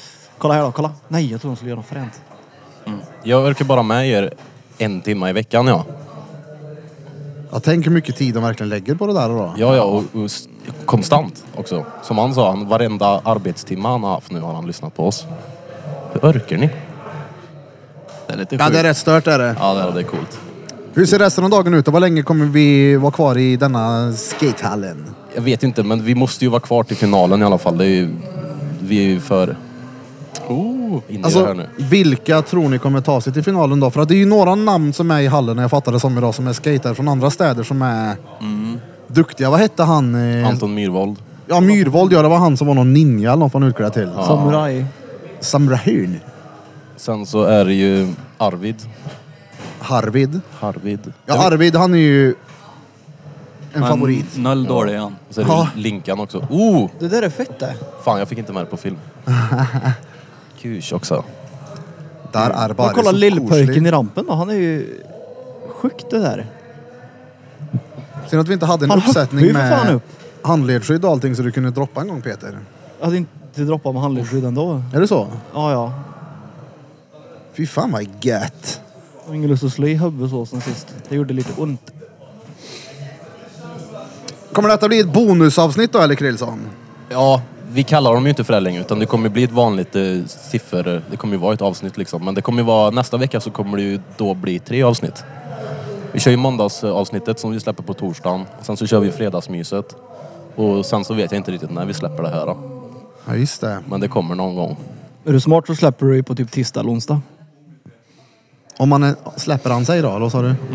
Kolla här då, kolla. Nej, jag tror de skulle göra något fränt. Jag orkar bara med er en timme i veckan, ja. Jag tänker hur mycket tid de verkligen lägger på det där då. Ja, ja, och, och s- konstant också. Som han sa, han, varenda arbetstimme han har haft nu har han lyssnat på oss. Hur orkar ni? Det är lite Ja, det är rätt stört är det. Ja, det är, det är coolt. Hur ser resten av dagen ut och hur länge kommer vi vara kvar i denna skatehallen? Jag vet inte, men vi måste ju vara kvar till finalen i alla fall. Det är ju, vi är ju för oh, inne i det här Alltså, nu. vilka tror ni kommer ta sig till finalen då? För att det är ju några namn som är i hallen, jag fattar det som idag, som är skater från andra städer som är duktiga. Vad hette han? Eh, Anton Myrvold. Ja, Myrvold, ja, det var han som var någon ninja eller något han utklädd till. Ja. Samurai. Samrahun. Sen så är det ju Arvid. Harvid. Harvid. Ja, Arvid, han är ju en favorit. Noll dålig han. Och så är det Ja. Linkan också. Oh! Det där är fett det. Fan, jag fick inte med det på film. Kush också. Där är bara Och kolla så lillpöjken koselig. i rampen då. Han är ju sjukt det där. Sen att vi inte hade en Han hoppar uppsättning ju för fan med upp. handledsskydd och allting så du kunde droppa en gång, Peter. Jag hade inte droppat med handledsskydd ändå. Är det så? Ja, ja. Fy fan vad gött. Jag har ingen lust att slå i huvudet så sen sist. Det gjorde lite ont. Kommer detta bli ett bonusavsnitt då, eller Krillson? Ja, vi kallar dem ju inte för det längre, utan det kommer bli ett vanligt eh, siffror. Det kommer ju vara ett avsnitt liksom. Men det kommer ju vara, nästa vecka så kommer det ju då bli tre avsnitt. Vi kör ju måndagsavsnittet som vi släpper på torsdagen. Sen så kör vi fredagsmyset. Och sen så vet jag inte riktigt när vi släpper det här då. Ja, just det. Men det kommer någon gång. Är du smart så släpper du på typ tisdag eller onsdag. Om man är, släpper han sig då, eller vad sa du?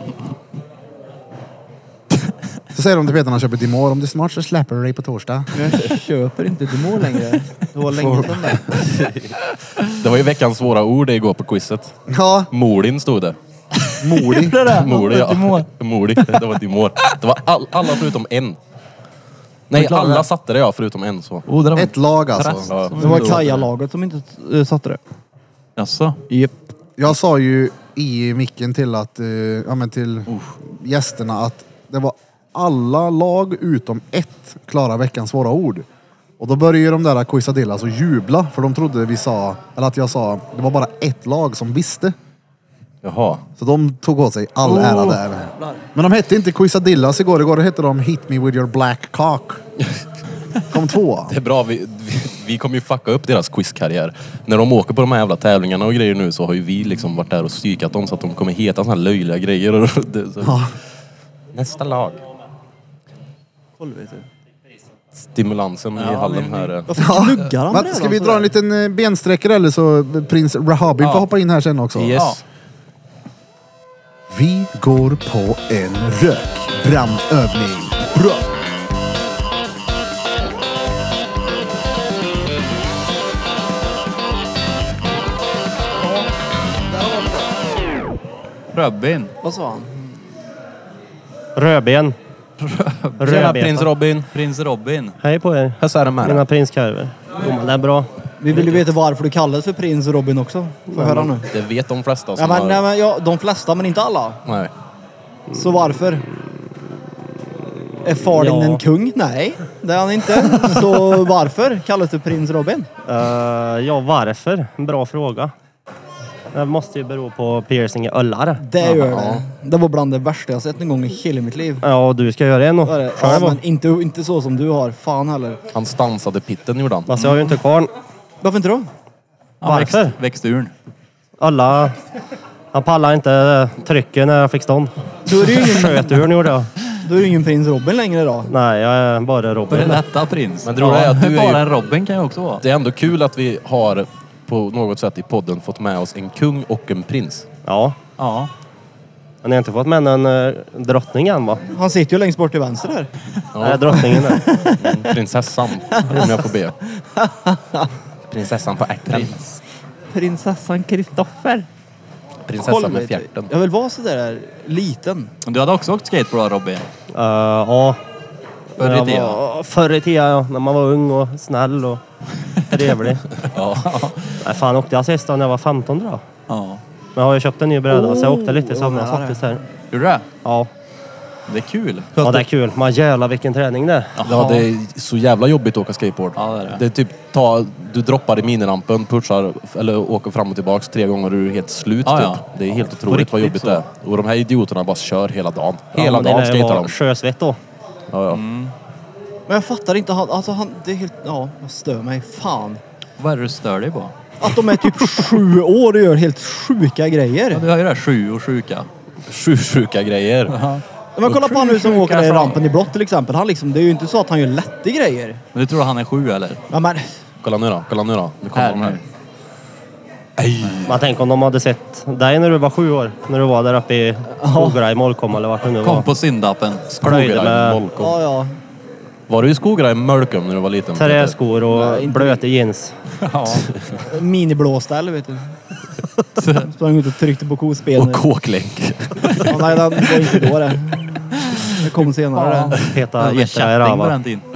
Så säger de till Peter när han köper Dimor, om det är smart så släpper du dig på torsdag. Jag köper inte Demor längre. Det var länge sedan det. Det var ju veckans svåra ord igår på quizet. Ja, Molin stod det. Mori. Moli, ja. Moli, det var Dimor. Det var all, alla förutom en. Nej, alla satte det ja, förutom en så. Oh, det var Ett lag alltså. Ja. Det var Kaja-laget som inte äh, satte det. Jaså? Japp. Jag sa ju i micken till att, eh, ja men till gästerna att det var alla lag utom ett klara veckans svåra ord. Och då började ju de där quizadillas och jubla, för de trodde vi sa, eller att jag sa, det var bara ett lag som visste. Jaha. Så de tog åt sig all ära där. Men de hette inte Quizadillas igår. Igår hette de Hit Me With Your Black Cock. Kom två. Det är bra, vi, vi, vi kommer ju fucka upp deras quizkarriär. När de åker på de här jävla tävlingarna och grejer nu så har ju vi liksom varit där och stykat dem så att de kommer heta såna här löjliga grejer. Och det, så. Ja. Nästa lag. Stimulansen i hallen här. är- Varför knuggar han Men, med ska dem vi sådär? dra en liten eh, bensträckare eller så prins Rahabin får hoppa in här sen också. Yes. Vi går på en rökbrandövning. Bra! Rödben. Vad sa han? Rödben. Tjena Rödbeta. prins Robin. Prins Robin. Hej på er. Här är de Mina här. prinskarver. Jo, men det är bra. Vi vill ju veta varför du kallas för prins Robin också. Får höra nu. Det vet de flesta Ja, som men, har... nej, men, ja, de flesta, men inte alla. Nej. Så varför? Är far din Ja. en kung? Nej, det är han inte. Så varför kallas du prins Robin? Uh, ja, varför? En bra fråga. Det måste ju bero på piercing i öllar. Det gör det. Det var bland det värsta jag sett en gång i hela mitt liv. Ja, du ska göra en Det var det. och Ja, själv. men inte, inte så som du har. Fan heller. Han stansade pitten gjorde han. Fast jag har ju inte kvar Varför inte då? Varför? Växt, växte ur. alla. Han pallade inte trycket när jag fick stånd. Då är det ju ingen, Sköt ur gjorde jag. då är det ingen prins Robin längre då. Nej, jag är bara För Robin. den rätta prins. Men det roliga är att du är ju- Bara en Robin kan jag också vara. Det är ändå kul att vi har på något sätt i podden fått med oss en kung och en prins. Ja. Ja. Men jag har inte fått med en uh, drottning än va? Han sitter ju längst bort till vänster där. Nej, drottningen där. Mm, prinsessan, om jag får be. Prinsessan på ärten. Prinsessan Kristoffer. Prinsessan med fjärten. Jag vill vara så där liten. Du hade också åkt skateboard Robin. Uh, ja. Förr i Jag tiden. var- Förr i tiden, ja. När man var ung och snäll och trevlig. Ja. Nej, fan åkte jag sist då när jag var femton tror jag. Ja. Men jag har ju köpt en ny bräda så jag åkte lite i Oh, somras vad nära. faktiskt här. Gjorde du det? Ja. Det är kul. Ja, det är kul. Man jävlar vilken träning det är. Ja, det är så jävla jobbigt att åka skateboard. Ja, det är det. Det är typ, ta, du droppar i minirampen, pushar eller åker fram och tillbaks tre gånger och du är helt slut Ja, typ. ja. Det är helt På otroligt vad riktigt jobbigt det är. Och de här idioterna bara kör hela dagen. Ja, Hela men det dagen lär ju skater vara de. sjösvett då. Ja, ja. Mm. Men jag fattar inte, han, alltså han, det är helt, ja, jag stör mig. Fan. Vad är det du stör dig på? Att de är typ sju år och gör helt sjuka grejer. Ja, du har ju det här sju och sjuka. Sju sjuka grejer. Men kolla på han nu som Sjuka åker där i fan. rampen i blått till exempel. Han liksom, det är ju inte så att han gör lätta grejer. Men du tror han är sju eller? Ja, men, Kolla nu då, kolla nu då. Nu kommer Här de här. nu. Man tänker om de hade sett dig när du var sju år. När du var där uppe i Skogra i Molkom eller vart du nu Kom var. på syndappen. Plöjde Skogra i med Molkom. ja, ja. Var du i Skogra i Mölkom när du var liten? träskor och Nej, inte blöta jeans. Ja. Miniblåställ, vet du. Sprang ut och tryckte på kospelet. Och kåklänk. Ja, nej, den var inte då det. Det kom senare det. Peta Det var gettar i kätting på rava. den tiden.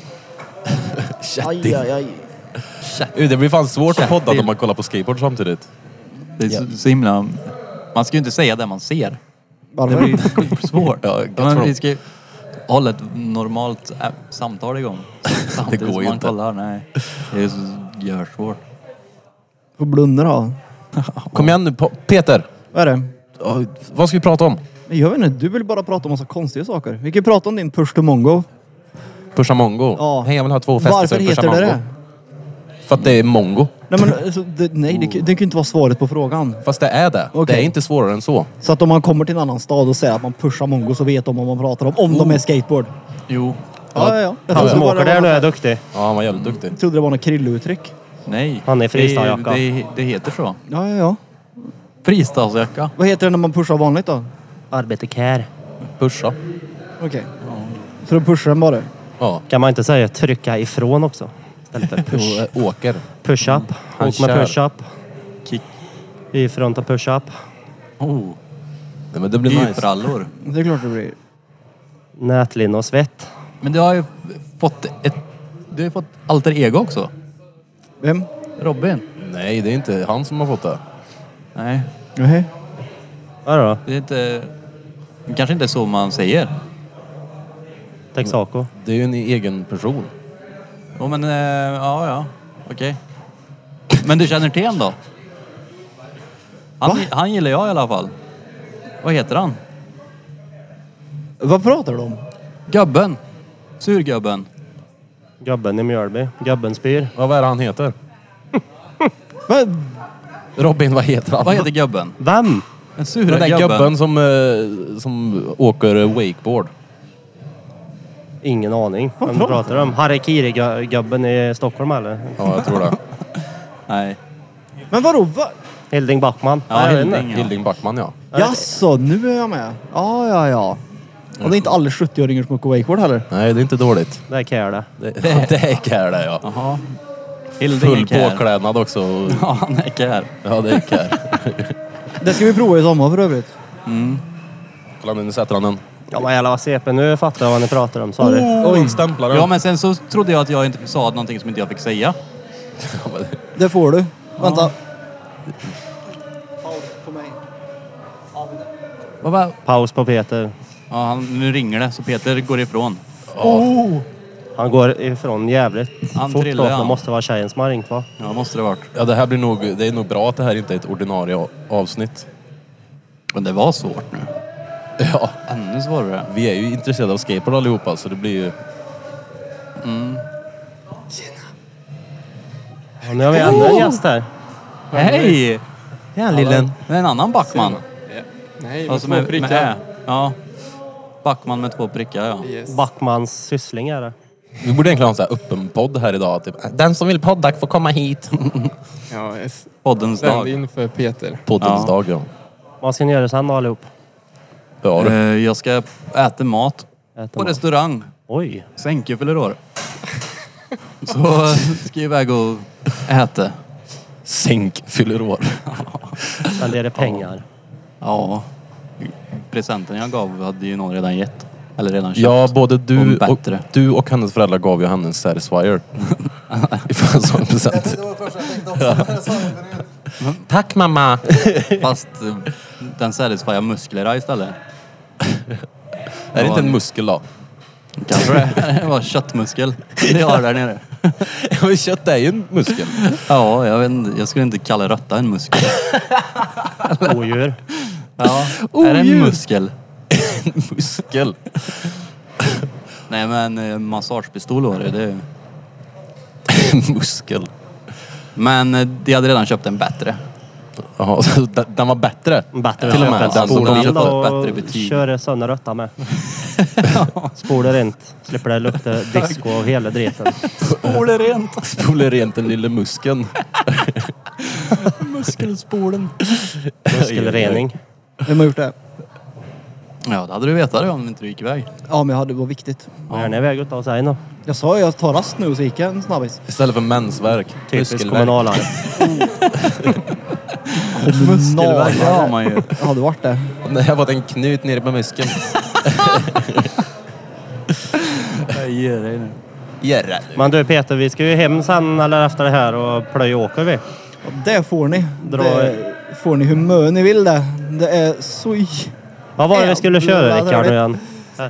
Aj, aj, aj. Uh, Det blir fan svårt att podda Kätting. om man kollar på skateboard samtidigt. Det är så, så himla... Man ska ju inte säga det man ser. Det Varför? blir ju svårt. Ja, Ja, jag tror- men vi ska ju hålla ett normalt äh, samtal igång. Samtidigt går som ju man inte. kollar. Nej, det är så gör svårt. Får blunda då. Kom igen nu, Po- Peter. Vad är det? Ja, vad ska vi prata om? Jag vet inte, du vill bara prata om massa konstiga saker. Vi kan prata om din push to mongo. Pusha mongo? Ja. Hej, jag vill ha två fester. Varför heter det det? För att det är mongo. Nej, men alltså, det, nej, det, det kan ju inte vara svaret på frågan. Fast det är det. Okej. Det är inte svårare än så. Så att om man kommer till en annan stad och säger att man pushar mongo så vet de vad man pratar om. Om de är skateboard. Jo. Ja, ja, ja. Jag Han trodde som bara åker det där var nu är något- duktig. Ja, han var jävligt duktig. Jag trodde det var något krilluttryck. Nej. Han är freestylejacka. Det, det, det heter så. Ja, ja, ja. Freestylejacka. Vad heter det när man pushar vanligt då? Arbete kär. Pusha. Okej. Så då pushar den bara? Ja. Kan man inte säga trycka ifrån också? Istället för push. Och äh, åker. Push-up. Han Åk med kör. push-up. Kick. Ifrån till push-up. Oh. Nej, men det blir nice. Y-frallor. Det är klart det blir. Nätlinne och svett. Men du har ju fått ett... Du har ju fått alter ego också. Vem? Robin. Nej, det är inte han som har fått det. Nej. Nej. Vadå? Det är inte... Det kanske inte är så man säger. Texaco. Det är ju en egen person. Jo men, eh, ja ja. Okej. Men du känner till honom då? Han, han gillar jag i alla fall. Vad heter han? Vad pratar du om? Gubben. Surgubben. Gubben i Mjölby. Gubben spyr. Ja, vad är det han heter? Vad? Robin, vad heter han? Vad heter gubben? Vem? Den sura Den där gubben. gubben som, eh, som åker wakeboard. Ingen aning. Vad Vem pratar pratar du om? Harakiri-gubben i Stockholm eller? Ja, jag tror det. Nej. Men vadå? Va? Hilding Backman. Ja, Nej, jag vet inte. Hilding. Hilding Backman, ja. Jaså, nu är jag med. Ja, ja, ja. Och det är inte alla sjuttio-åringar som åker wakeboard heller. Nej, det är inte dåligt. Det är care det. Det, det är kär det, ja. Jaha. Hilding Full är kär. påklädnad också. Ja, han är kär. Ja, det är kär. Det ska vi prova i sommar för övrigt. Mm. Kolla nu, nu sätter han den. Ja men jävlar vad C P. Nu fattar jag vad ni pratar om. Sorry. Oj, stämplar den. Ja, men sen så trodde jag att jag inte sa någonting som inte jag fick säga. Det får du. Vänta. Paus på mig. Vad var... Paus på Peter. Ja, han, nu ringer det så Peter går ifrån. Oh! Han går ifrån jävligt Han fort trillar, då. ja. Det måste vara tjejen som har ringt va? Ja, måste det varit. Ja, det här blir nog, det är nog bra att det här inte är ett ordinarie a- avsnitt. Men det var svårt nu. Ja, Ännu svårare. vi är ju intresserade av skateboard allihopa, så det blir ju... Och nu har vi ännu en gäst här. Hej! Ja, lillen. Det är en annan Backman. Nej, Ja, med som två är med prickar. ä. Ja. Backman med två prickar, ja. Yes. Backmans syssling är det. Vi borde egentligen ha en sån här öppen podd här idag. Typ. Den som vill podda får komma hit. Ja, yes. Poddens Ständ dag. in för Peter. Poddens Ja. dag, ja. Vad ska ni göra sen då allihop? Ja, Eh, du. Jag ska äta mat Äta på mat. restaurang. Oj. Sänke fyller år. Så eh, ska jag iväg och äta. Sänk fyller år. Spendera pengar. Ja. Presenten jag gav hade ju någon redan gett. Eller redan köpt. Ja, både du Och och, bättre. du och hennes föräldrar gav ju henne en Satisfyer. I födelsedagspresent. Det var det första jag tänkte också. Jag sa det förut. Tack mamma! Fast eh, den Satisfyer musklerna istället. Är det inte en muskel då? Kanske det. Det var köttmuskel. Det har där nere. Men kött är ju en muskel. Ja, jag vet inte. Jag skulle inte kalla rötta en muskel. Odjur. Ja, är det en muskel? En muskel. Nej, men eh, massagepistol var det. det. är- En muskel. Men eh, de hade redan köpt en bättre. Jaha, så den- den var bättre. Bättre Till och att med köpa en den som de spolbil har fått och bättre betyg. köra sönder rötta med. Spolar rent. Slipper det lukta disco och hela dreten. Spoler rent. Spolar rent den lilla muskeln. Muskelspolen. Muskelrening. Vem har gjort det? Ja, det hade du vetat det om inte du gick iväg. Ja, men jag hade, det var viktigt. Vad är ni iväg utav sig nu? Jag sa ju jag tar rast nu och så gick jag en snabbis. Istället för mensvärk. Typiskt muskelvärk. kommunalare. Muskelvärk, det har man ju. Ja, det vart det. Nej, jag har fått en knut nere på muskeln. Jag ger dig nu. Järra. Men du Peter, vi ska ju hem sen eller efter det här och plöja åker vi. Ja, det får ni. Dra- Det får ni hur mycket ni vill det. Det är så... j- Vad var det vi skulle köra Jävlar, Rickard nu igen?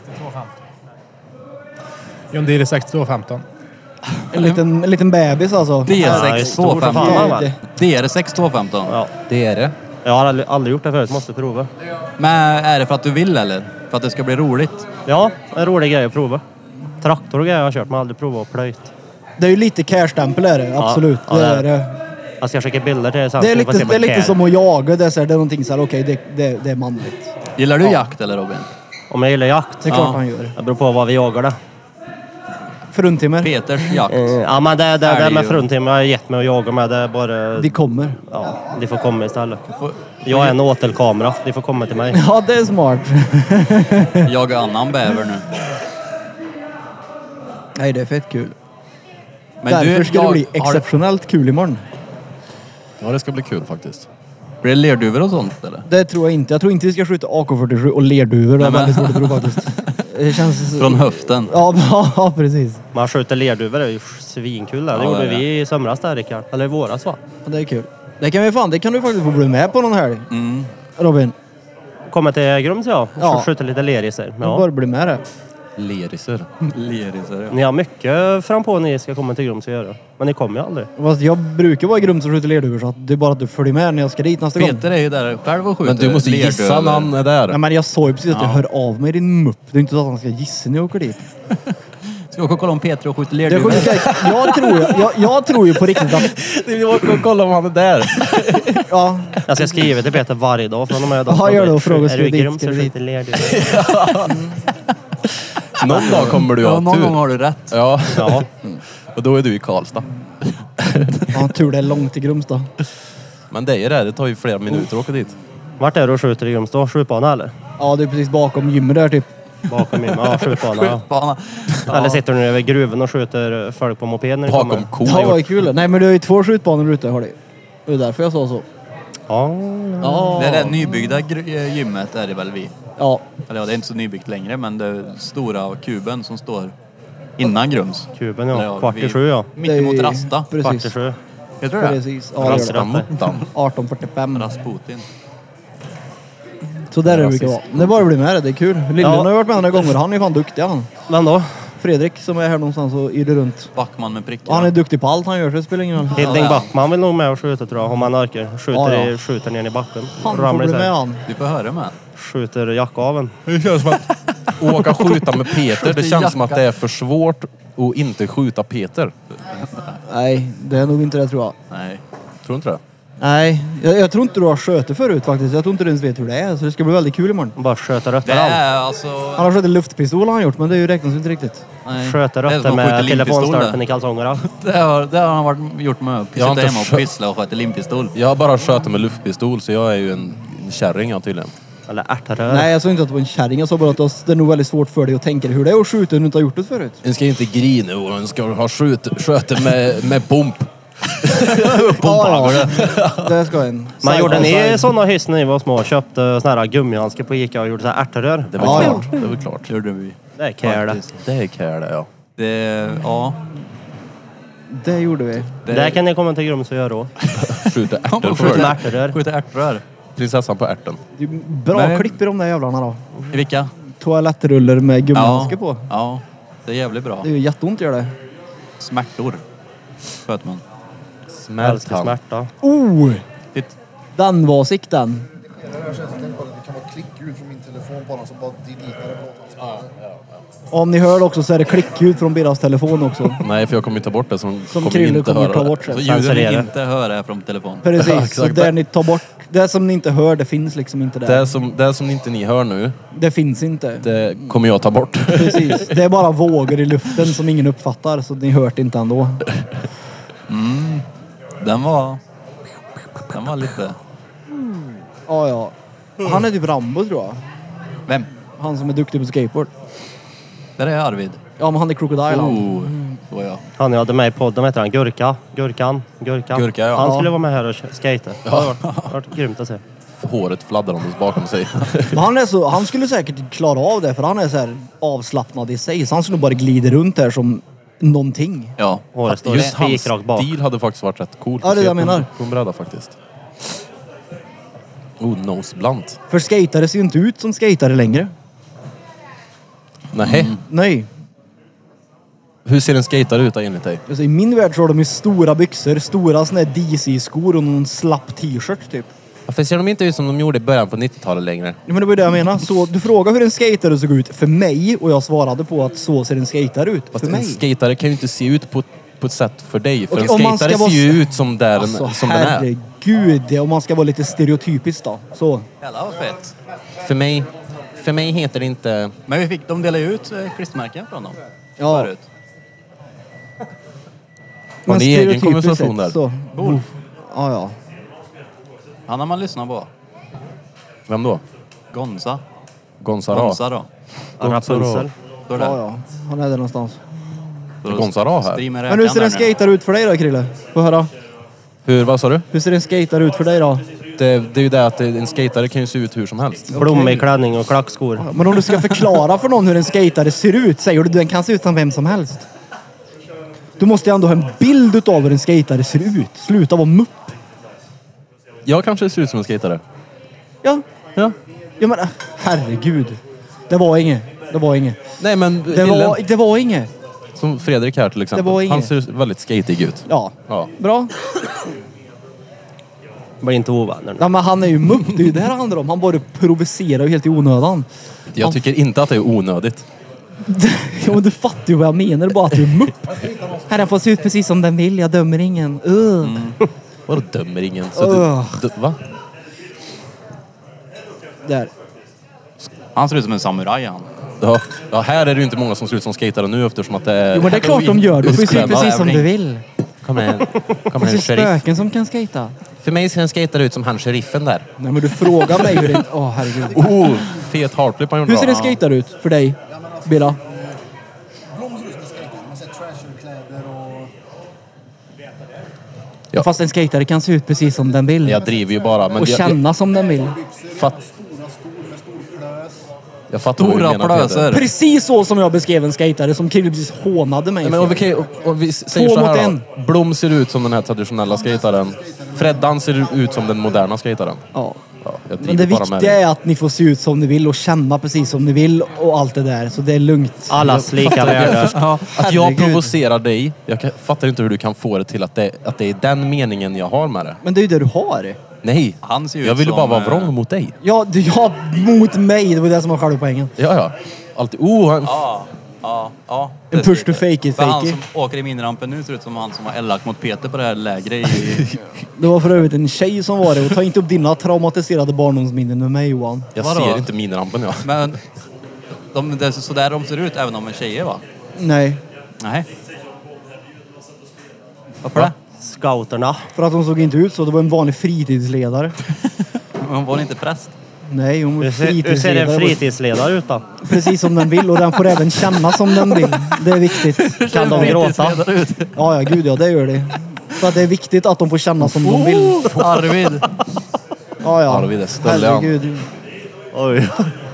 John Deere sextiotvå femton. En liten, en liten bebis alltså. D Ja, sex stor två för fan, femton. va? D R sex två femton. Ja, Det är det. jag har aldrig, aldrig gjort det förut, måste prova. Men är det för att du vill eller? För att det ska bli roligt? Ja, en rolig grej att prova. Traktor och grejer har jag kört, men aldrig provat och plöjt. Det är ju lite care-stämpel är det, absolut. ja, det, det är är det. Jag ska skicka bilder till er sen. Det är så ni får lite, se det är vad lite care. som att jaga. Det är, så här, det är någonting så här, okej, det, det, det är manligt. Gillar du jakt eller Robin? Om jag gillar jakt? Det är klart Ja. han gör. Det beror på vad vi jagar det. Fruntimmer. Peters jakt. Eh, ja, men det, det, det Älg med och- fruntimmer har jag gett mig att jaga med. Det är bara... De kommer. Ja, de får komma istället. Får- Jag är en åtelkamera. De får komma till mig. Ja, det är smart. Jaga annan bäver nu. Nej, det är fett kul. Men Därför du, ska det jag- bli har- exceptionellt kul imorgon. Ja, det ska bli kul faktiskt. Blir det lerduvor och sånt eller? Det tror jag inte. Jag tror inte vi ska skjuta A K fyrtiosju och lerduvor. Det är Nej, men- väldigt svårt att tro faktiskt. Det känns... Från höften. Ja, ja, precis. Man skjuter lerduvor, det är ju svinkul. Det, Ja, det gjorde det är vi i somras där, Rickard. Eller i våras, va? Det är kul. Det kan vi fan, det kan du faktiskt få bli med på någon helg. Mm. Robin, Kommer till Grums, ja. Och Ja. skjuter lite lerisar. du Ja. bör bli med det. Leriser. Lerisar, ja. Ni har mycket frampå ni ska komma till Grums och göra. Men ni kommer ju aldrig. Fast jag brukar vara i Grums och skjuta lerduvor så att det är bara att du följer med när jag ska dit nästa gång. Peter är ju där själv och skjuter Men du måste gissa lerduvor. när han är där. Ja, men jag sa ju precis att jag Ja. hör av mig din mupp. Det är inte så att han ska gissa när jag åker dit. Ska vi åka och kolla om Peter och skjuter Det är lerduvor? sjukt. Jag tror ju, jag, jag tror ju på riktigt att... Vi åker och kollar om han är där. Ja, Jag ska skriva till Peter varje dag från och med idag. Ja, gör det och fråga, Är ska du du i dit, Grums ska och du skjuter lerduvor? Någon dag kommer du Ja, ha någon gång tur. har du rätt. Ja, Ja. och då är du i Karlstad. ja, tur det är långt till Grums då. Men det är det, det tar ju flera minuter att åka dit. Vart är du och skjuter i Grums då? Skjutbana eller? Ja, det är precis bakom gymmet där typ. Bakom mig. Ja, skjutbana. Ja. Bana. Eller sitter du nere vid gruvan och skjuter folk på moped när du Bakom kommer? kon. Ja, vad kul. Nej, men det är ju två skjutbanor ute har det. Det är därför jag sa så. Ja. Ja. Det är det nybyggda gr- eh, gymmet är det väl vi. Ja, Eller ja, det är inte så nybyggt längre, men det stora kuben som står innan Grums. Kuben, Eller ja. Kvart i vi- sju, ja. Mittemot Det är- Rasta. Kvart i precis. sju. Jag tror det. Precis. Ja, det gör det. Rastamottan. arton fyrtiofem. Rasputin. Så där är det brukar vara. Det är bara att bli med det, det är kul. Lillen Ja. har ju varit med några gånger. Han är fan duktig han. Vem då? Fredrik som är här någonstans och yrar runt. Backman med prickar. Och han är duktig på allt han gör så det spelar ingen roll. Hilding Ja. Backman vill nog med och skjuta tror jag, om han orkar. Skjuter, Ja, ja. I, skjuter ner i backen. Han får Ramlar bli isär. med han. Du får höra med. Skjuter jackaven. Det känns som att åka skjuta med Peter, det känns som att det är för svårt att inte skjuta Peter. Nej, det är nog inte det tror jag. Nej. Tror du inte det? Nej, jag, jag tror inte du har skjutit förut faktiskt. Jag tror inte du ens vet hur det är. Så det ska bli väldigt kul imorgon. Bara sköta Det rötter allt. är alltså... Han har skjutit luftpistol har han gjort, men det är ju räknas ju inte riktigt. Nej. Sköter Det är rötter som att skjuta med limpistol telefonstolpen där. i kalsongerna. Det har, det har han varit, gjort med att Jag har sitta inte hemma och skö- pyssla och sköta limpistol. Jag har bara skjutit med luftpistol så jag är ju en en kärring jag tydligen. Eller ärtrör. Nej, jag sa inte att det var en kärring. Jag sa bara att det är nog väldigt svårt för dig att tänka dig hur det är att skjuta när du inte har gjort det förut. En ska inte grina och en ska ha skjut, sköter med, med bomb. Ja, ja. Det ska en. Man gjorde ni Side-by-side. sådana hyss när ni var små? Köpte såna här gummihandskar på Ica och gjorde så här ärtrör? Det var Ja, ja. klart. Det var klart. Det gjorde vi. Det är care det. Faktiskt. Det är care det, ja. Det, ja. Det gjorde vi. Det, Det kan ni komma till Grums och göra då. Skjuter ärtor Skjuter för med ärtrör. Skjuta ärtrör. prinsessan på ärten. Det är Bra Men- klipp i de där jävlarna då. I vilka? toalettruller med gummihandske på. Ja, det är jävligt bra. Det är ju jätteont gör det. Smärtor. Sköt man. Älskar smärta. Oh! Titt. Den var sikten. Det känns som att det kan vara klickljud från min telefon på den som bara deletar det på. Om ni hör också så är det klickljud från Birras telefon också. Nej, för jag kommer inte ta bort det. Som, Som kommer Krille inte kommer höra ta det. bort sen. Så ljuden Censurera. ni inte hör är från telefon. Precis, Ja, så exakt. där ni tar bort. Det som ni inte hör, det finns liksom inte där. Det som, det som inte ni hör nu, Det finns inte. det kommer jag ta bort. Precis. Det är bara vågor i luften som ingen uppfattar, så ni hört inte ändå. Den var... Den var lite... Ja, ja. Han är typ Rambo tror jag. Vem? Han som är duktig på skateboard. Där är Arvid. Ja, men han är Crocodile. han. Oh, så ja. Han jag hade med i podden, heter han Gurka. Gurkan. Gurka. Gurka, ja. Han Ja. skulle vara med här och skata. Det har varit, det har varit grymt att se. Håret fladdrandes bakom sig. Men han, är så, han skulle säkert klara av det, för han är så här avslappnad i sig. Så han skulle bara glida runt där som någonting. Ja. Håret står Just hans spikrakt bak. stil hade faktiskt varit rätt cool. Ja, det är det jag menar. På en bräda faktiskt. Oh, nose blunt. För skatare ser ju inte ut som skatare längre. Nej. Nej. Hur ser en skatare ut enligt dig? Alltså, i min värld så har de ju stora byxor, stora såna här D C-skor och någon slapp t-shirt typ. Varför ser de inte ut som de gjorde i början på nittiotalet längre? Ja, men det var ju det jag menar. Så du frågade hur en skatare såg ut för mig och jag svarade på att så ser en skatare ut Fast för mig. en skatare kan ju inte se ut på, på ett sätt för dig. För Okej, en om man skatare ska vara ser ju så- ut som, där Alltså den, som den är. herregud, det- om man ska vara lite stereotypisk då. Så. Jävlar vad fett. För mig, för mig heter det inte... Men vi fick, de delade ju ut eh, klistermärken från dem. Ja. Förut. Var Men det egen stereotypiskt konversation sett, där? Så. Cool. Ja, ja. Han har man lyssnat på. Vem då? Gonza. Gonzara? Gonza då. Rapunzel. Står det. Ja, ja. Han är där någonstans. Står det- Gonzara här. streamer Men hur räkan ser en där nu. skatare ut för dig då, Krille? Få höra. Hur, vad sa du? Hur ser en skatare ut för dig då? Det, det är ju det att det, en skatare kan ju se ut hur som helst. Blommig klänning och klackskor. Men om du ska förklara för någon hur en skatare ser ut, säger du den kan se ut som vem som helst. Du måste ju ändå ha en bild utav hur en skatare ser ut. Sluta vara mupp. Jag kanske ser ut som en skatare. Ja. Ja. Ja men herregud. Det var inget. Det var inget. Nej men Det Willen, var, det var inget. som Fredrik här till exempel. Det var Han inget. ser väldigt skatig ut. Ja. Ja. Bra. Blir inte ovänner nu. Ja, men han är ju mupp. Det är ju det här handlar om. Han bara provocerar ju helt i onödan. Jag tycker inte att det är onödigt. Ja, men du fattar ju vad jag menar. Bara att du är mupp. Herren får se ut precis som den vill. Jag dömer ingen. Uh. Vadå dömer ingen? Så Ugh. du, du, va? Där. Han ser ut som en samuraj han. Ja. ja, här är det ju inte många som ser ut som skatare nu eftersom att det är... Jo, men det är klart de gör. Du får ju se ut precis som du vill. Kom igen. Kom Det igen, är sheriff. spöken som kan skata. För mig ser en skatare ut som han sheriffen där. Nej, men du frågar mig hur det... Åh, herregud. Oh, fet hardflip han gjorde. Hur ser då. en skatare ut för dig, Billa? Blom ser ut som en skater. Man ser trasherkläder och... Ja. Fast en skatare kan se ut precis som den vill. Jag driver ju bara. Men Och jag, känna som den vill. jag, fatt, Stora skor med stor plös. jag fattar vad du Stora menar, Peter. plöser. Precis så som jag beskrev en skatare som Krille precis hånade mig Nej, men för. om vi, kan- och, och vi säger Två så mot här en. då. Blom ser ut som den här traditionella skataren. Freddan ser ut som den moderna skataren. Ja. Ja, jag Men det driver bara med viktiga det. är att ni får se ut som ni vill och känna precis som ni vill och allt det där. Så det är lugnt. Allas lika värde. Ja, Att jag herregud. provocerar dig, jag kan, fattar inte hur du kan få det till att det, att det är den meningen jag har med det. Men det är ju det du har. Nej, Han ser ut jag ville bara som, vara eh, vrång mot dig. Ja, du, ja, mot mig. Det var det som var själva poängen. Ja, ja. Alltid. Oh, han, Ja, ja, ja. En push to fake it, För han fake som it. åker i minrampen nu ser ut som han som var elak mot Peter på det här lägret i... Det var för övrigt en tjej som var det. Och ta inte upp dina traumatiserade barndomsminnen med mig, Johan. jag Vadå? ser inte minirampen, ja. Men de, det är så där de ser ut även om de är tjejer va? Nej. Nej. Varför det? Scouterna. För att hon såg inte ut så. Det var en vanlig fritidsledare. Hon var inte präst. Nej, hon var Hur ser, hur ser fritidsledare. en fritidsledare ut då? Precis som den vill och den får även känna som den vill. Det är viktigt. Kan de gråta? Ja, ja, gud ja, det gör det. Så att det är viktigt att de får känna som de vill. Arvid. Ja, ja. Arvid är stöllig, han. Herregud. Oj.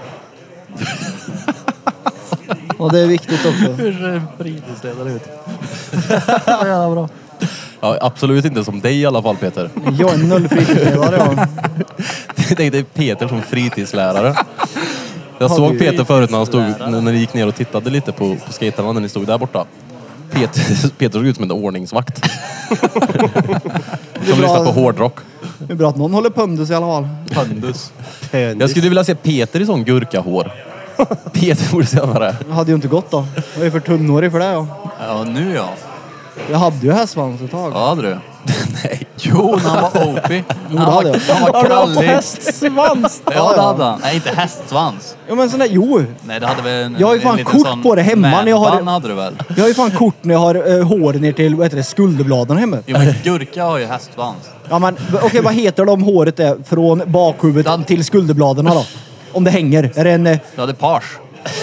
Och det är viktigt också. Hur ser en fritidsledare ut? Ja, jävla bra. ja. Absolut inte som dig i alla fall, Peter. Jag är noll fritidsledare, ja. Jag tänkte Peter som fritidslärare. Jag Har såg du- Peter förut när han stod, när ni gick ner och tittade lite på, på skaterna när ni stod där borta. Peter, Peter såg ut som en ordningsvakt. Som lyssnar på hårdrock. Det är bra att någon håller pundus i alla fall. Pundus. Jag skulle vilja se Peter i sån gurkahår. Peter borde se vad det är. Det hade ju inte gått då. Jag är för tunnhårig för det ja. Ja, nu ja. Jag hade ju hästsvans ett tag. Ja, hade du. Nej. Jo, när han var O P. Jo, det hade jag. Han var krallig. Hästsvans? Ja, det hade han. Nej, inte hästsvans. Ja men sån där, jo. Nej, det hade väl en, Jag har ju fan en liten kort sån på det hemma när jag har- man-band hade du väl? Jag har ju fan kort när jag har uh, hår ner till, vad heter det, skulderbladen hemma. Jo, men gurka har ju hästsvans. Ja men okej, okay, vad heter det om håret är från bakhuvudet till skulderbladen då? Om det hänger. Är det en... Uh, Du hade page.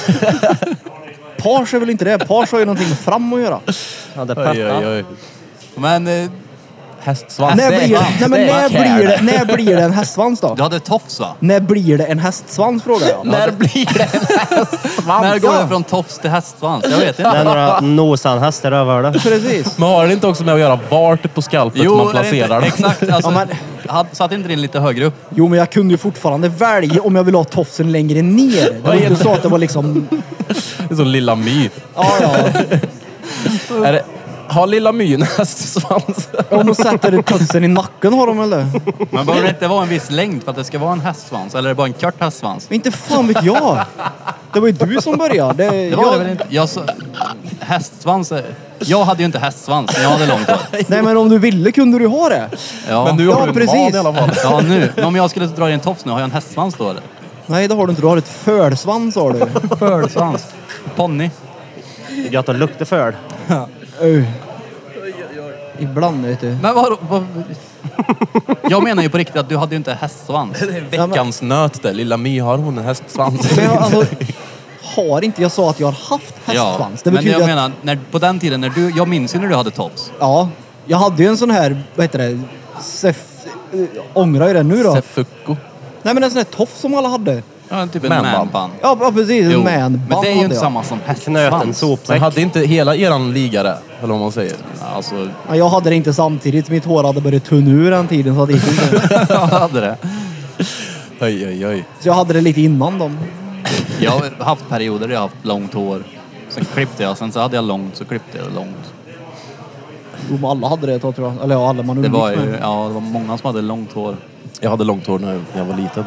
page är väl inte det? Page har ju någonting med fram att göra. Ja, det Oj, oj, oj. Men eh, Hästsvans. När blir, hästsvans. nej, men Det är när, care. blir det, när blir det en hästsvans då? du hade tofs, va? När blir det en hästsvans frågar jag? När blir det en hästsvans? När går ja. det från tofs till hästsvans? Jag vet Det är inte. några nosanhäst i rövhålet. Precis. Men har det inte också med att göra vart på skalpet man är det placerar inte, det? exakt. Alltså, Ja, men- hade- satt inte din lite högre upp? Jo men jag kunde ju fortfarande välja om jag vill ha tofsen längre ner. Det var inte så att det var liksom... Det är som Lilla My. Ja ja. Är det, har Lilla My en hästsvans? Om de sätter tofsen i nacken har de väl det? Men behöver det inte vara en viss längd för att det ska vara en hästsvans? Eller är det bara en kort hästsvans? Inte fan vet jag. Det var ju du som började. Det, Det var jag, det väl inte? Jag så, hästsvans... är- Jag hade ju inte hästsvans, men jag hade långt hår. Nej men om du ville kunde du ha det. Ja. Men du Ja, har en precis. man i alla fall. Ja, nu. Men om jag skulle dra i en tofs nu, har jag en hästsvans då eller? Nej det har du inte. Du har ett fölsvans har du. Fölsvans. Ponny. Gött att lukta för. Uh. Ibland vet du. Men vad, vad... Jag menar ju på riktigt att du hade ju inte hästsvans. Veckans nöt där. Lilla My, har hon en hästsvans? Men jag, alltså, har inte. Jag sa att jag har haft Ja, hästsvans. Det men betyder jag att, menar, när, på den tiden när du... Jag minns ju när du hade tofs. ja, jag hade ju en sån här, vad heter det, Sef, äh, ångrar jag det nu då? Sefuku. Nej men en sån här tofs som alla hade. Ja, typ en Man-band. man-band. Ja, ja precis, en Jo, man-band men det är ju hade inte jag. samma som Knöt en hästsvans. Men sopsäck. hade inte hela eran liga det? Eller vad man säger. Alltså, Ja, jag hade det inte samtidigt. Mitt hår hade börjat tunna ur den tiden så att det gick inte. jag hade det. Oj, oj, oj. Så jag hade det lite innan dem. Jag har haft perioder där jag har haft långt hår. Sen klippte jag, sen så hade jag långt, så klippte jag långt. Jo, men alla hade det ett tag, tror jag. Eller ja, alla man Det umgicks var ju, med. ja, det var många som hade långt hår. Jag hade långt hår när jag var liten.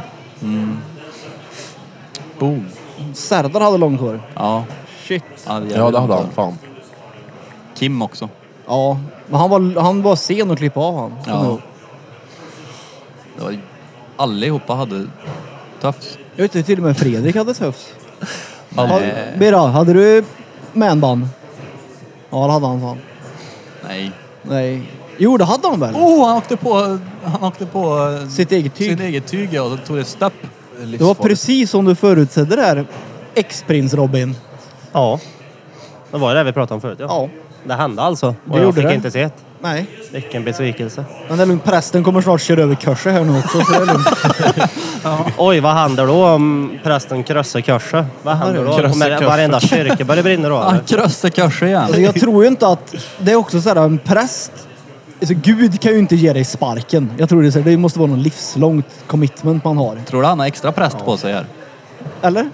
Boom. Serdar hade långt hår. Ja. Shit. Ja, det, Ja, det hade han. Fan. Kim också. Ja, men han var, han var sen att klippa av han. Ja. Det var, allihopa hade tufs. Jag vet inte, till och med Fredrik hade tufs. Ja, Nej. Bera, hade du manband? Ja, det hade han, sa han. Nej. Nej. Jo, det hade han väl? Oh, han åkte på, han åkte på eh, Sitt eget tyg. sitt eget tyg, ja, och så tog det stopp. Det var precis som du förutsedde där. Ex-prins Robin. Ja. Det var det vi pratade om förut. Ja. Ja. Det hände alltså. Och Det jag gjorde fick det. inte se det. Nej. Vilken besvikelse. Men det är lugnt. Prästen kommer snart köra över korset här nu också, så det är lugnt. Oj, vad händer då om prästen krossar korset? Vad händer då? Krossar Om korset. varenda kyrka börjar brinna då? Han eller? krossade korset igen. Alltså, jag tror ju inte att... Det är också så här, en präst... Alltså, Gud kan ju inte ge dig sparken. Jag tror det, är så här, det måste vara någon livslångt commitment man har. Tror du han har extra präst på sig här? Eller?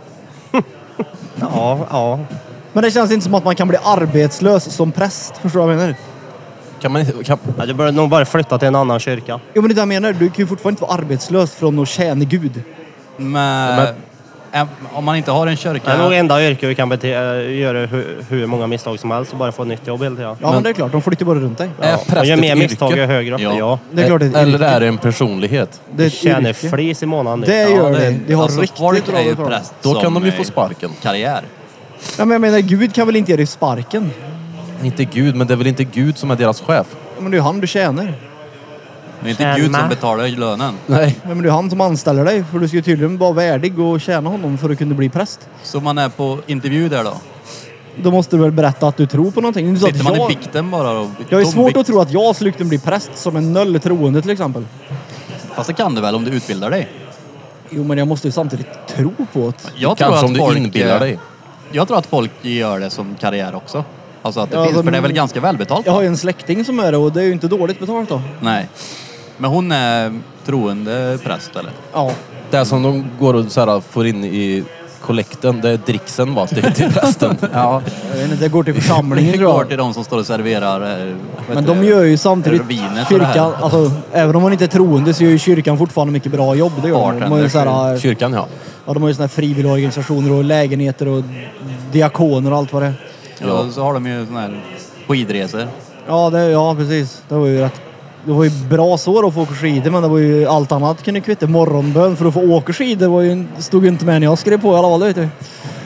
Ja, ja. Men det känns inte som att man kan bli arbetslös som präst. Förstår du vad jag menar? Kan man inte... Kan, ja. Du bör nog bara flytta till en annan kyrka. Jo, men det där jag menar. Du kan ju fortfarande inte vara arbetslös från att tjäna Gud. Men, äm, om man inte har en kyrka... Det är nog enda yrke vi kan bete- äh, göra hur, hur många misstag som helst och bara få ett nytt jobb hela tiden. Ja, men, det är klart. De flyttar bara runt dig. är Ja. präst Och gör ett mer misstag ju yrke? högre upp. Ja. Ja. Det är klart det är ett Eller yrke. är det en personlighet? Det är ett Tjänar yrke. flis i månaden. Det Ja, gör det. Det har alltså, riktigt folk bra är ju betalt. präst Då kan som, de ju få eh, sparken. Karriär. Ja, men jag menar, Gud kan väl inte ge dig sparken? Inte Gud, men det är väl inte Gud som är deras chef? Ja, men det är ju han du tjänar. Det är inte Tjäna. Gud som betalar lönen. Nej. Ja, men det är han som anställer dig. För du ska ju tydligen vara värdig och tjäna honom för att kunna bli präst. Så man är på intervju där då? Då måste du väl berätta att du tror på någonting. Det är så Sitter att man jag, i bikten bara och... jag är tom svårt bikt? att tro att jag skulle kunna bli präst som en noll troende till exempel. Fast det kan du väl om du utbildar dig? Jo, men jag måste ju samtidigt tro på det. Jag tror Kanske att om du folk, inbillar eh, dig. Jag tror att folk gör det som karriär också. Alltså att det Ja, finns, alltså, för det är väl ganska välbetalt? Jag har va? ju en släkting som är det och det är ju inte dåligt betalt då. Nej. Men hon är troende präst eller? Ja. Det som de går och så här, får in i kollekten, det är dricksen va? Det är till prästen. Ja. Jag vet inte, det går till församlingen Det tror går jag. till de som står och serverar. eh, vet Men du, de gör ju samtidigt vinet och det här. kyrkan, alltså även om man inte är troende så gör ju kyrkan fortfarande mycket bra jobb. Det gör de. De har ju så här, Kyrkan ja. ja, de har ju såna här frivilliga organisationer och lägenheter och diakoner och allt vad det är. Ja, så har de ju såna här skidresor. Ja, det, ja precis. Det var ju rätt. Det var ju bra så då att få åka skidor, men det var ju allt annat kunde kvitta. Morgonbön för att få åka skidor var ju, stod ju inte med när jag skrev på i alla fall, det vet du.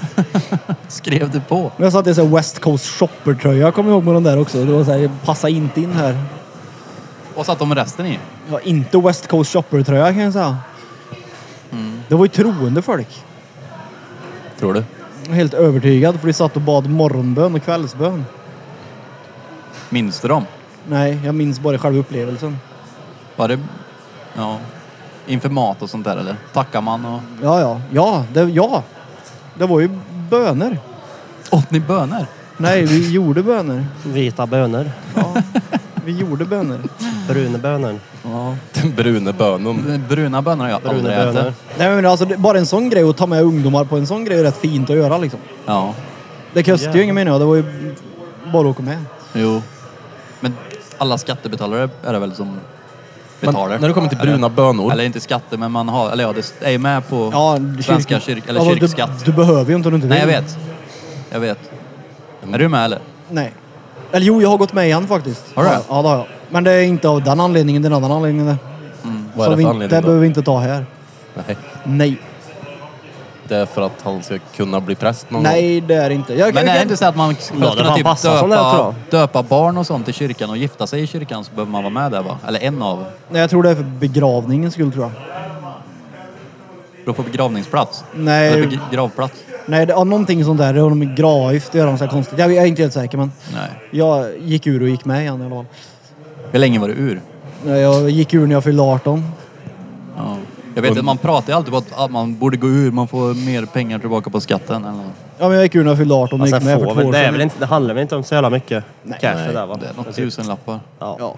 Skrev du på? Men jag satt i så här West Coast Shopper-tröja, jag kommer ihåg med den där också. Det var så här, passa inte in här. Vad satt de resten i? Ja, inte West Coast Shopper-tröja kan jag säga. Mm. Det var ju troende folk. Tror du? Jag är helt övertygad, för de satt och bad morgonbön och kvällsbön. Minns du dem? Nej, jag minns bara själva upplevelsen. Var det... Ja. Inför mat och sånt där eller? Tackar man och... Ja, ja. Ja, det, ja. det var ju böner. Åt ni bönor? Nej, vi gjorde böner. Vita bönor. Ja, vi gjorde böner. Bruna bönor. Ja. Den bruna bönen. Den bruna bönor har jag Bruna aldrig bönor. ätit. Nej, men alltså, det- bara en sån grej att ta med ungdomar på en sån grej är rätt fint att göra liksom. Ja. Det kostar ju ingen mening, det var ju bara att åka med. Jo. Men alla skattebetalare är det väl som betalar? när det kommer till Eller- bruna bönor. Eller inte skatter, men man har... Eller ja, det är ju med på Ja, svenska kyrk... Eller alltså, kyrkskatt. Du, du behöver ju inte om du inte vill. Nej, jag vet. Jag vet. Är du med eller? Nej. Eller jo, jag har gått med igen faktiskt. Har du det? Ja, ja, det har jag. Men det är inte av den anledningen, den andra anledningen. Det. Vad Så är det vi, för det anledning behöver då? vi inte ta här. Nej. Nej. Det är för att han ska kunna bli präst någon gång. Nej, det är det inte. Jag, Men jag, är det inte så att man för Ja, att det kunna fan typ passar som det här, tror döpa, döpa barn och sånt i kyrkan och gifta sig i kyrkan så behöver man vara med där va? Eller en av. nej, jag tror det är för begravningens skull tror jag. För att få begravningsplats. Nej. Eller begravplats. Nej, det är någonting sånt där. Det har de med gravgift, det gör de så här konstigt. Jag, jag är inte helt säker, men Nej. jag gick ur och gick med igen i alla fall. Hur länge var du ur? Nej, jag gick ur när jag fyllde arton. Ja. Jag vet att man pratar ju alltid om att man borde gå ur, man får mer pengar tillbaka på skatten. Eller något. Ja, men jag gick ur när jag fyllde arton och Alltså, gick med för får två väl, år det, är sedan. väl inte, det handlar väl inte om så jävla mycket cash det där va? Det är något tusenlappar. Ja. Ja.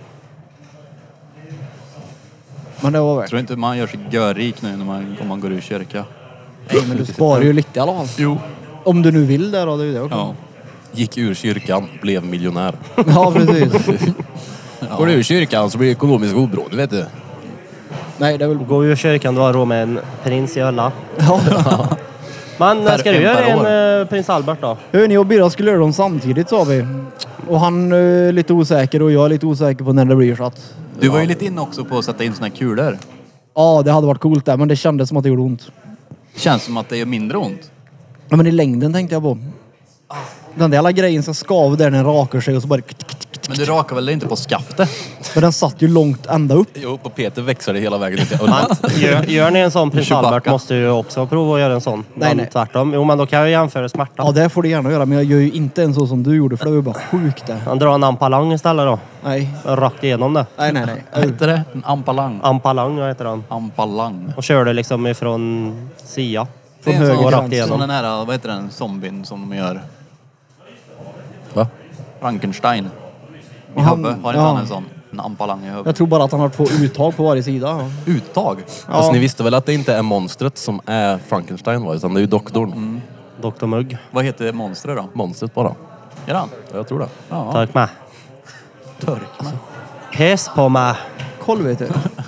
Men det var Jag värt. tror inte man gör sig görrik nu när man, om man går ur kyrka. Nej, men du sparar ju lite i alla fall. Jo. Om du nu vill det då, det är ju det också. Ja. Gick ur kyrkan, blev miljonär. Ja, precis. Går du ur kyrkan så blir det ekonomiskt oberoende, vet du. Nej, det är väl... Gå ur kyrkan, du har råd med en prins i ölla. Ja. Men Per- ska du en göra per en eh, prins Albert då? Hörni, och Birra skulle göra dem samtidigt sa vi. Och han är lite osäker och jag är lite osäker på när det blir så att... Du var ju lite inne också på att sätta in såna här kulor. Ja, det hade varit coolt där, men det kändes som att det gjorde ont. Känns som att det gör mindre ont. Ja, men i längden tänkte jag på. Den där jävla grejen som skav där när den rakar sig och så bara... Men du rakar väl inte på skaftet? Men den satt ju långt ända upp. Jo, på Peter växer det hela vägen ut i örat. Gör, gör ni en sån prins Chewbacca. Albert måste ju också prova att göra en sån. Nej, Men nej. tvärtom. Jo men då kan jag jämföra smärtan. Ja, det får du gärna göra, men jag gör ju inte en så som du gjorde, för det var ju bara sjukt det. Han drar en ampalang istället då. Nej, Rakt igenom det. nej, nej. nej. Vad heter det? En ampalang. Ampalang, vad heter han? Ampalang. Och kör det liksom ifrån Sia. Det är Från en höger sån, och rakt vänster. igenom. som den här, vad heter den, zombien som de gör? Va? Frankenstein. I Han- huvudet. Har inte ja. han en sån? En ampalang i Jag huvudet. tror bara att han har två uttag på varje sida. Ja. Uttag? Fast ni visste väl att det inte är monstret som är Frankenstein va? Utan det är ju doktorn. doktor Mugg. Vad heter monstret då? Monstret bara. Är han? Jag tror det. Ja. Tack med. Törk med. Piss på mig. Koll vet du.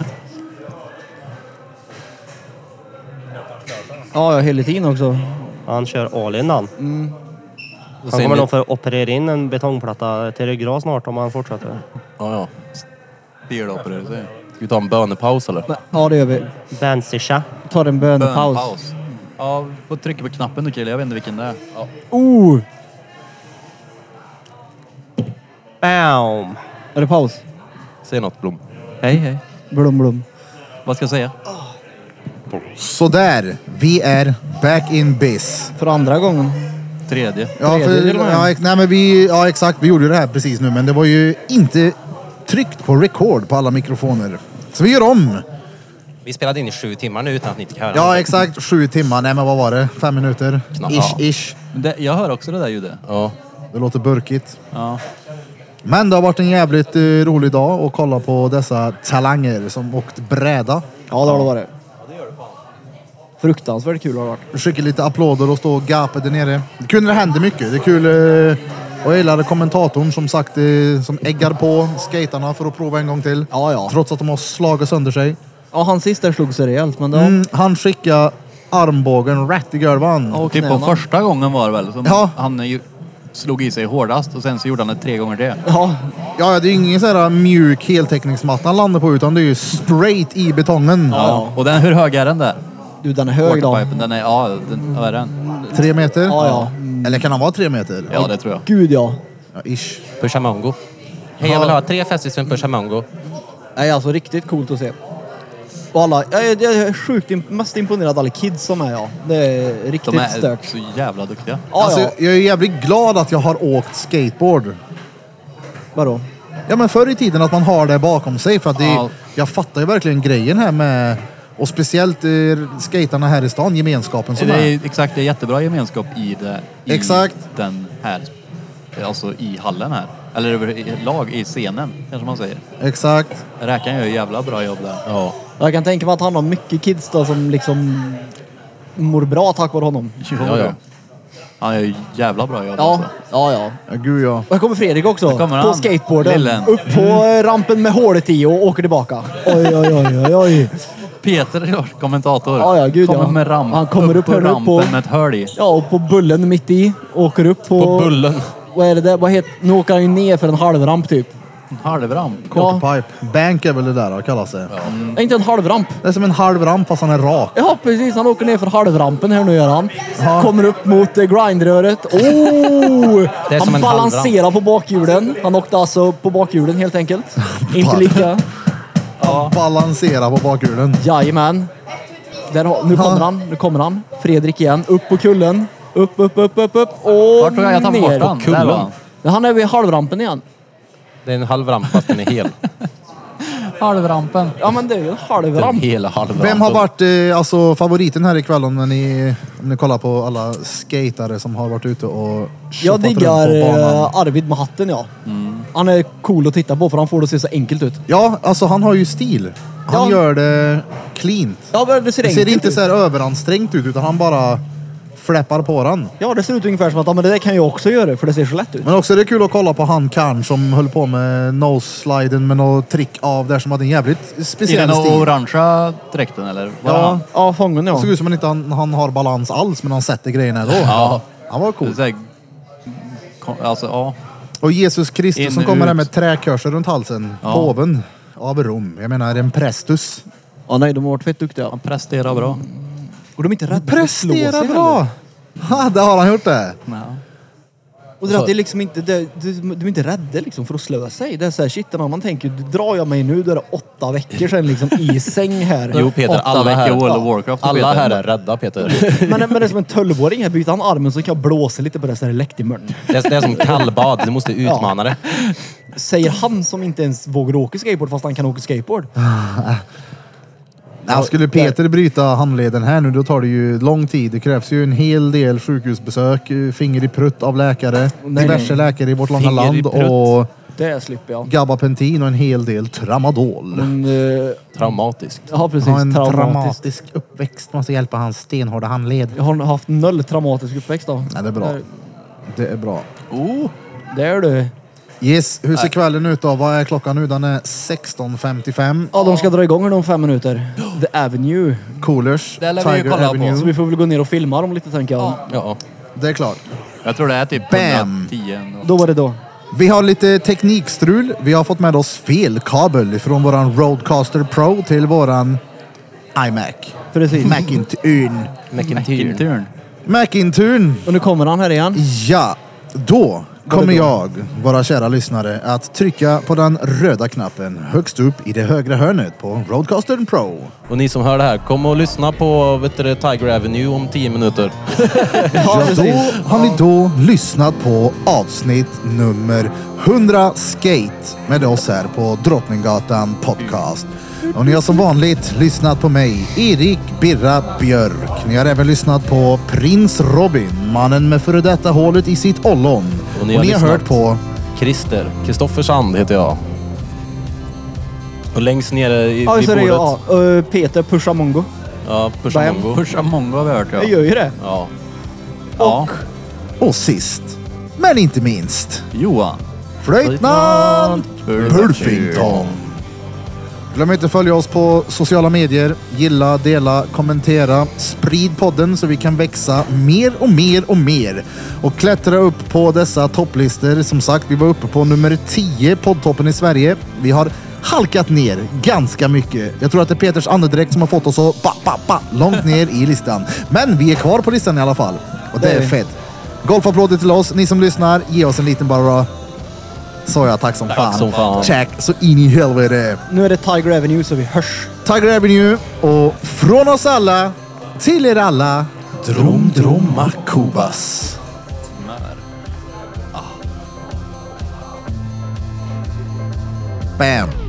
Ja, ja, hela tiden också. Han kör all in han. Så Han säger kommer ni- nog få operera in en betongplatta till ryggrad snart om han fortsätter. Ja, ja. Bilopererare säger. Ska vi ta en bönepaus eller? Ja, det gör vi. Bensisha. Vi tar en bönepaus. Bönpaus. Ja, vi får trycka på knappen nu kille. Jag vet inte vilken det är. Ja. Oh! Bam! Är det paus? Säg något Blom. Hej, hej. Blom, blom. Vad ska jag säga? Sådär, vi är back in biz. För andra gången. Tredje. Ja, Tredje för, till och med. ja, ex- nej, men vi, ja, exakt. Vi gjorde ju det här precis nu, men det var ju inte tryckt på record på alla mikrofoner. Så vi gör om. Vi spelade in i sju timmar nu utan att ni fick höra Ja, någonting. exakt. Sju timmar. Nej, men vad var det? Fem minuter? Knappt. Ish, Ja. ish. Men det, jag hör också det där ljudet. Ja. Det låter burkigt. Ja. Men det har varit en jävligt uh, rolig dag att kolla på dessa talanger som åkt bräda. Ja, det har det varit. Fruktansvärt kul har det varit. Skickar lite applåder och stå och gapa där nere. Det är kul när det händer mycket. Det är kul uh, och jag gillar kommentatorn som sagt uh, som äggar på skaterna för att prova en gång till. Ja, ja. Trots att de har slagit sönder sig. Ja, han sista slog sig rejält, men då... Mm, han skickade armbågen rätt i golvan. Ja, och Typ på knäna. första gången var det väl som Ja. han ju slog i sig hårdast och sen så gjorde han det tre gånger det. Ja, Ja, det är ingen sån här mjuk heltäckningsmatta han landar på utan det är ju straight i betongen. Ja. Och den, hur hög är den där? du den är hög då. Waterpipen, den är, ja, den, vad är den? Tre meter? Ja, ja. Eller kan han vara tre meter? Ja, det tror jag. Gud ja. Ja, ish. Pushamongo. Hej, jag vill ha tre Festis för en Pushamongo. Nej, alltså riktigt coolt att se. Och alla, jag är, jag är sjukt imp- mest imponerad av alla kids som är jag. Det är riktigt De är stört. så jävla duktiga. Ja, Alltså, ja. jag är jävligt glad att jag har åkt skateboard. Vadå? Ja, men förr i tiden att man har det bakom sig. För att det, Ja. jag fattar ju verkligen grejen här med... Och speciellt eh, skaterna här i stan, gemenskapen som Det är. är exakt, det är jättebra gemenskap i, det, i Exakt. den här, alltså i hallen här. Eller över lag i scenen, kanske man säger. Exakt. Räkan gör ju jävla bra jobb där. Ja. Jag kan tänka mig att han har mycket kids då som liksom mår bra tack vare honom. Ja, ja. Han gör ju jävla bra jobb Ja, alltså. ja, ja. Ja, gud ja. Och här kommer Fredrik också. Här kommer på han. skateboarden. Lillen. Upp på eh, rampen med hålet i och åker tillbaka. Oj, oj, oj, oj, oj. Peter gör kommentator. Ja, ja, gud, kommer ja. med ramp. Han kommer upp på här nu rampen på- med ett hål i. Ja, och på bullen mitt i. Åker upp på... På bullen. Vad är det där? Vad heter... Nu åker han ju ner för en halvramp typ. En halvramp. Ja. Quarterpipe. Bank är väl det där det kallas det. Nej, inte en halvramp. Det är som en halv ramp fast han är rak. Ja, precis. Han åker ner för halvrampen här nu gör han. Kommer upp mot eh, grindröret. Oh! Det är som Han en balanserar på bakhjulen. Han åkte alltså på bakhjulen helt enkelt. Inte lika. Balansera på bakhjulen. Jajamän. Där, har- nu kommer han. Nu kommer han. Fredrik igen. Upp på kullen. Upp, upp, upp, upp, upp. Och Vart tog jag? Jag tappade bort ner. han. Där var han. Han är vid halvrampen igen. Det är en halv ramp fast den är hel. Halvrampen. Ja, men det är ju en Den halvramp. hela halvrampen. Vem har varit eh, alltså, favoriten här ikväll om ni, om ni kollar på alla skatare som har varit ute och Jag tjoffat diggar runt på banan? eh, Arvid med hatten, ja. Han är cool att titta på för han får det att se så enkelt ut. Ja, alltså han har ju stil. Han Ja. gör det cleant. Ja, men det ser Det enkelt ser inte ut. så här överansträngt ut utan han bara fläppar på den. Ja, det ser ut ungefär som att ja, men det där kan jag också göra för det ser så lätt ut. Men också är det kul att kolla på han Karn som höll på med nose-sliden med något trick av där som hade en jävligt I den speciell stil. orangea dräkten eller? Var Ja. han? Ja, fången Det ja. såg ut som att han inte han, han har balans alls men han sätter grejerna då. Ja. Han var Det är cool. så här- kom- Alltså, ja. Och Jesus Kristus In, som kommer ut. här med träkurser runt halsen. Ja. Påven av Rom. Jag menar en prestus. Ja, nej, de har varit fett duktiga. Han presterar bra. Och de är inte rädda för att slå sig Prestera heller. bra! Ha, det har han gjort det. Ja. Och det, är att det är liksom inte, det, det, de är inte rädda liksom för att slå sig. Det är så här, shit, när man tänker, drar jag mig nu, då är det åtta veckor sedan liksom i säng här. Jo Peter, Åtta alla veckor här, World of Warcraft, alla Peter. här är rädda Peter. Men, men det är som en tolvåring här, byter han armen så kan jag blåsa lite på det så är det läckt i mörn. Det är, det är som kallbad, du måste utmana det. Säger han som inte ens vågar åka skateboard fast han kan åka skateboard. Ja, skulle Peter bryta handleden här nu, då tar det ju lång tid. Det krävs ju en hel del sjukhusbesök, finger i prutt av läkare, Nej, diverse nej. läkare i vårt långa Finger i land prutt. och Det slipper jag. gabapentin och en hel del tramadol. Men, uh, Traumatiskt. ja, precis. Ha en Traumatisk. traumatisk uppväxt, måste hjälpa hans stenhårda handled. Jag har haft noll traumatisk uppväxt då. Ja, det är bra. Det är bra. Oh, Det är du. Yes, hur ser kvällen ut då? Vad är klockan nu? Den är sexton femtiofem. Ja, de ska dra igång här om fem minuter. The Avenue. Coolers, Det lär vi ju Tiger kolla på. Avenue. Så vi får väl gå ner och filma dem lite tänker jag. Ja. Det är klart. jag tror det är typ Bam. hundratio. Då var det då. Vi har lite teknikstrul. Vi har fått med oss fel kabel från våran Rodecaster Pro till våran iMac. Precis. Macintune. McIntyre. Macintune. Och nu kommer han här igen. Ja, då kommer då? jag, våra kära lyssnare, att trycka på den röda knappen högst upp i det högra hörnet på Rodecaster Pro. Och ni som hör det här, kom och lyssna på vet du, Tiger Avenue om tio minuter. Ja, då har ni då lyssnat på avsnitt nummer hundra Skate med oss här på Drottninggatan Podcast. Och ni har som vanligt lyssnat på mig, Erik Birra Björk. Ni har även lyssnat på Prins Robin, mannen med före detta hålet i sitt ollon. Och ni har, lyssnat. hört på Christer. Kristoffer Sand heter jag. Och längst nere i, Ja, vid så är det bordet. ja. Uh, Peter Pushamongo. Ja, Pushamongo. Pushamongo har vi hört, ja. Jag gör ju det. Ja. Ja. Och sist, men inte minst, Johan. flöjtnant Pulfington. Glöm inte att följa oss på sociala medier. Gilla, dela, kommentera. Sprid podden så vi kan växa mer och mer och mer. Och klättra upp på dessa topplistor. Som sagt, vi var uppe på nummer tio poddtoppen i Sverige. Vi har halkat ner ganska mycket. Jag tror att det är Peters andedräkt som har fått oss att ba, ba, ba, långt ner i listan. Men vi är kvar på listan i alla fall. Och det är fett. Golfapplåder till oss. Ni som lyssnar, ge oss en liten bara... Så jag tack som Tack fan. som fan. Check, så in i helvete. Nu är det Tiger Avenue så vi hörs. Tiger Avenue och från oss alla till er alla. Drom Droma Kubas. Bam.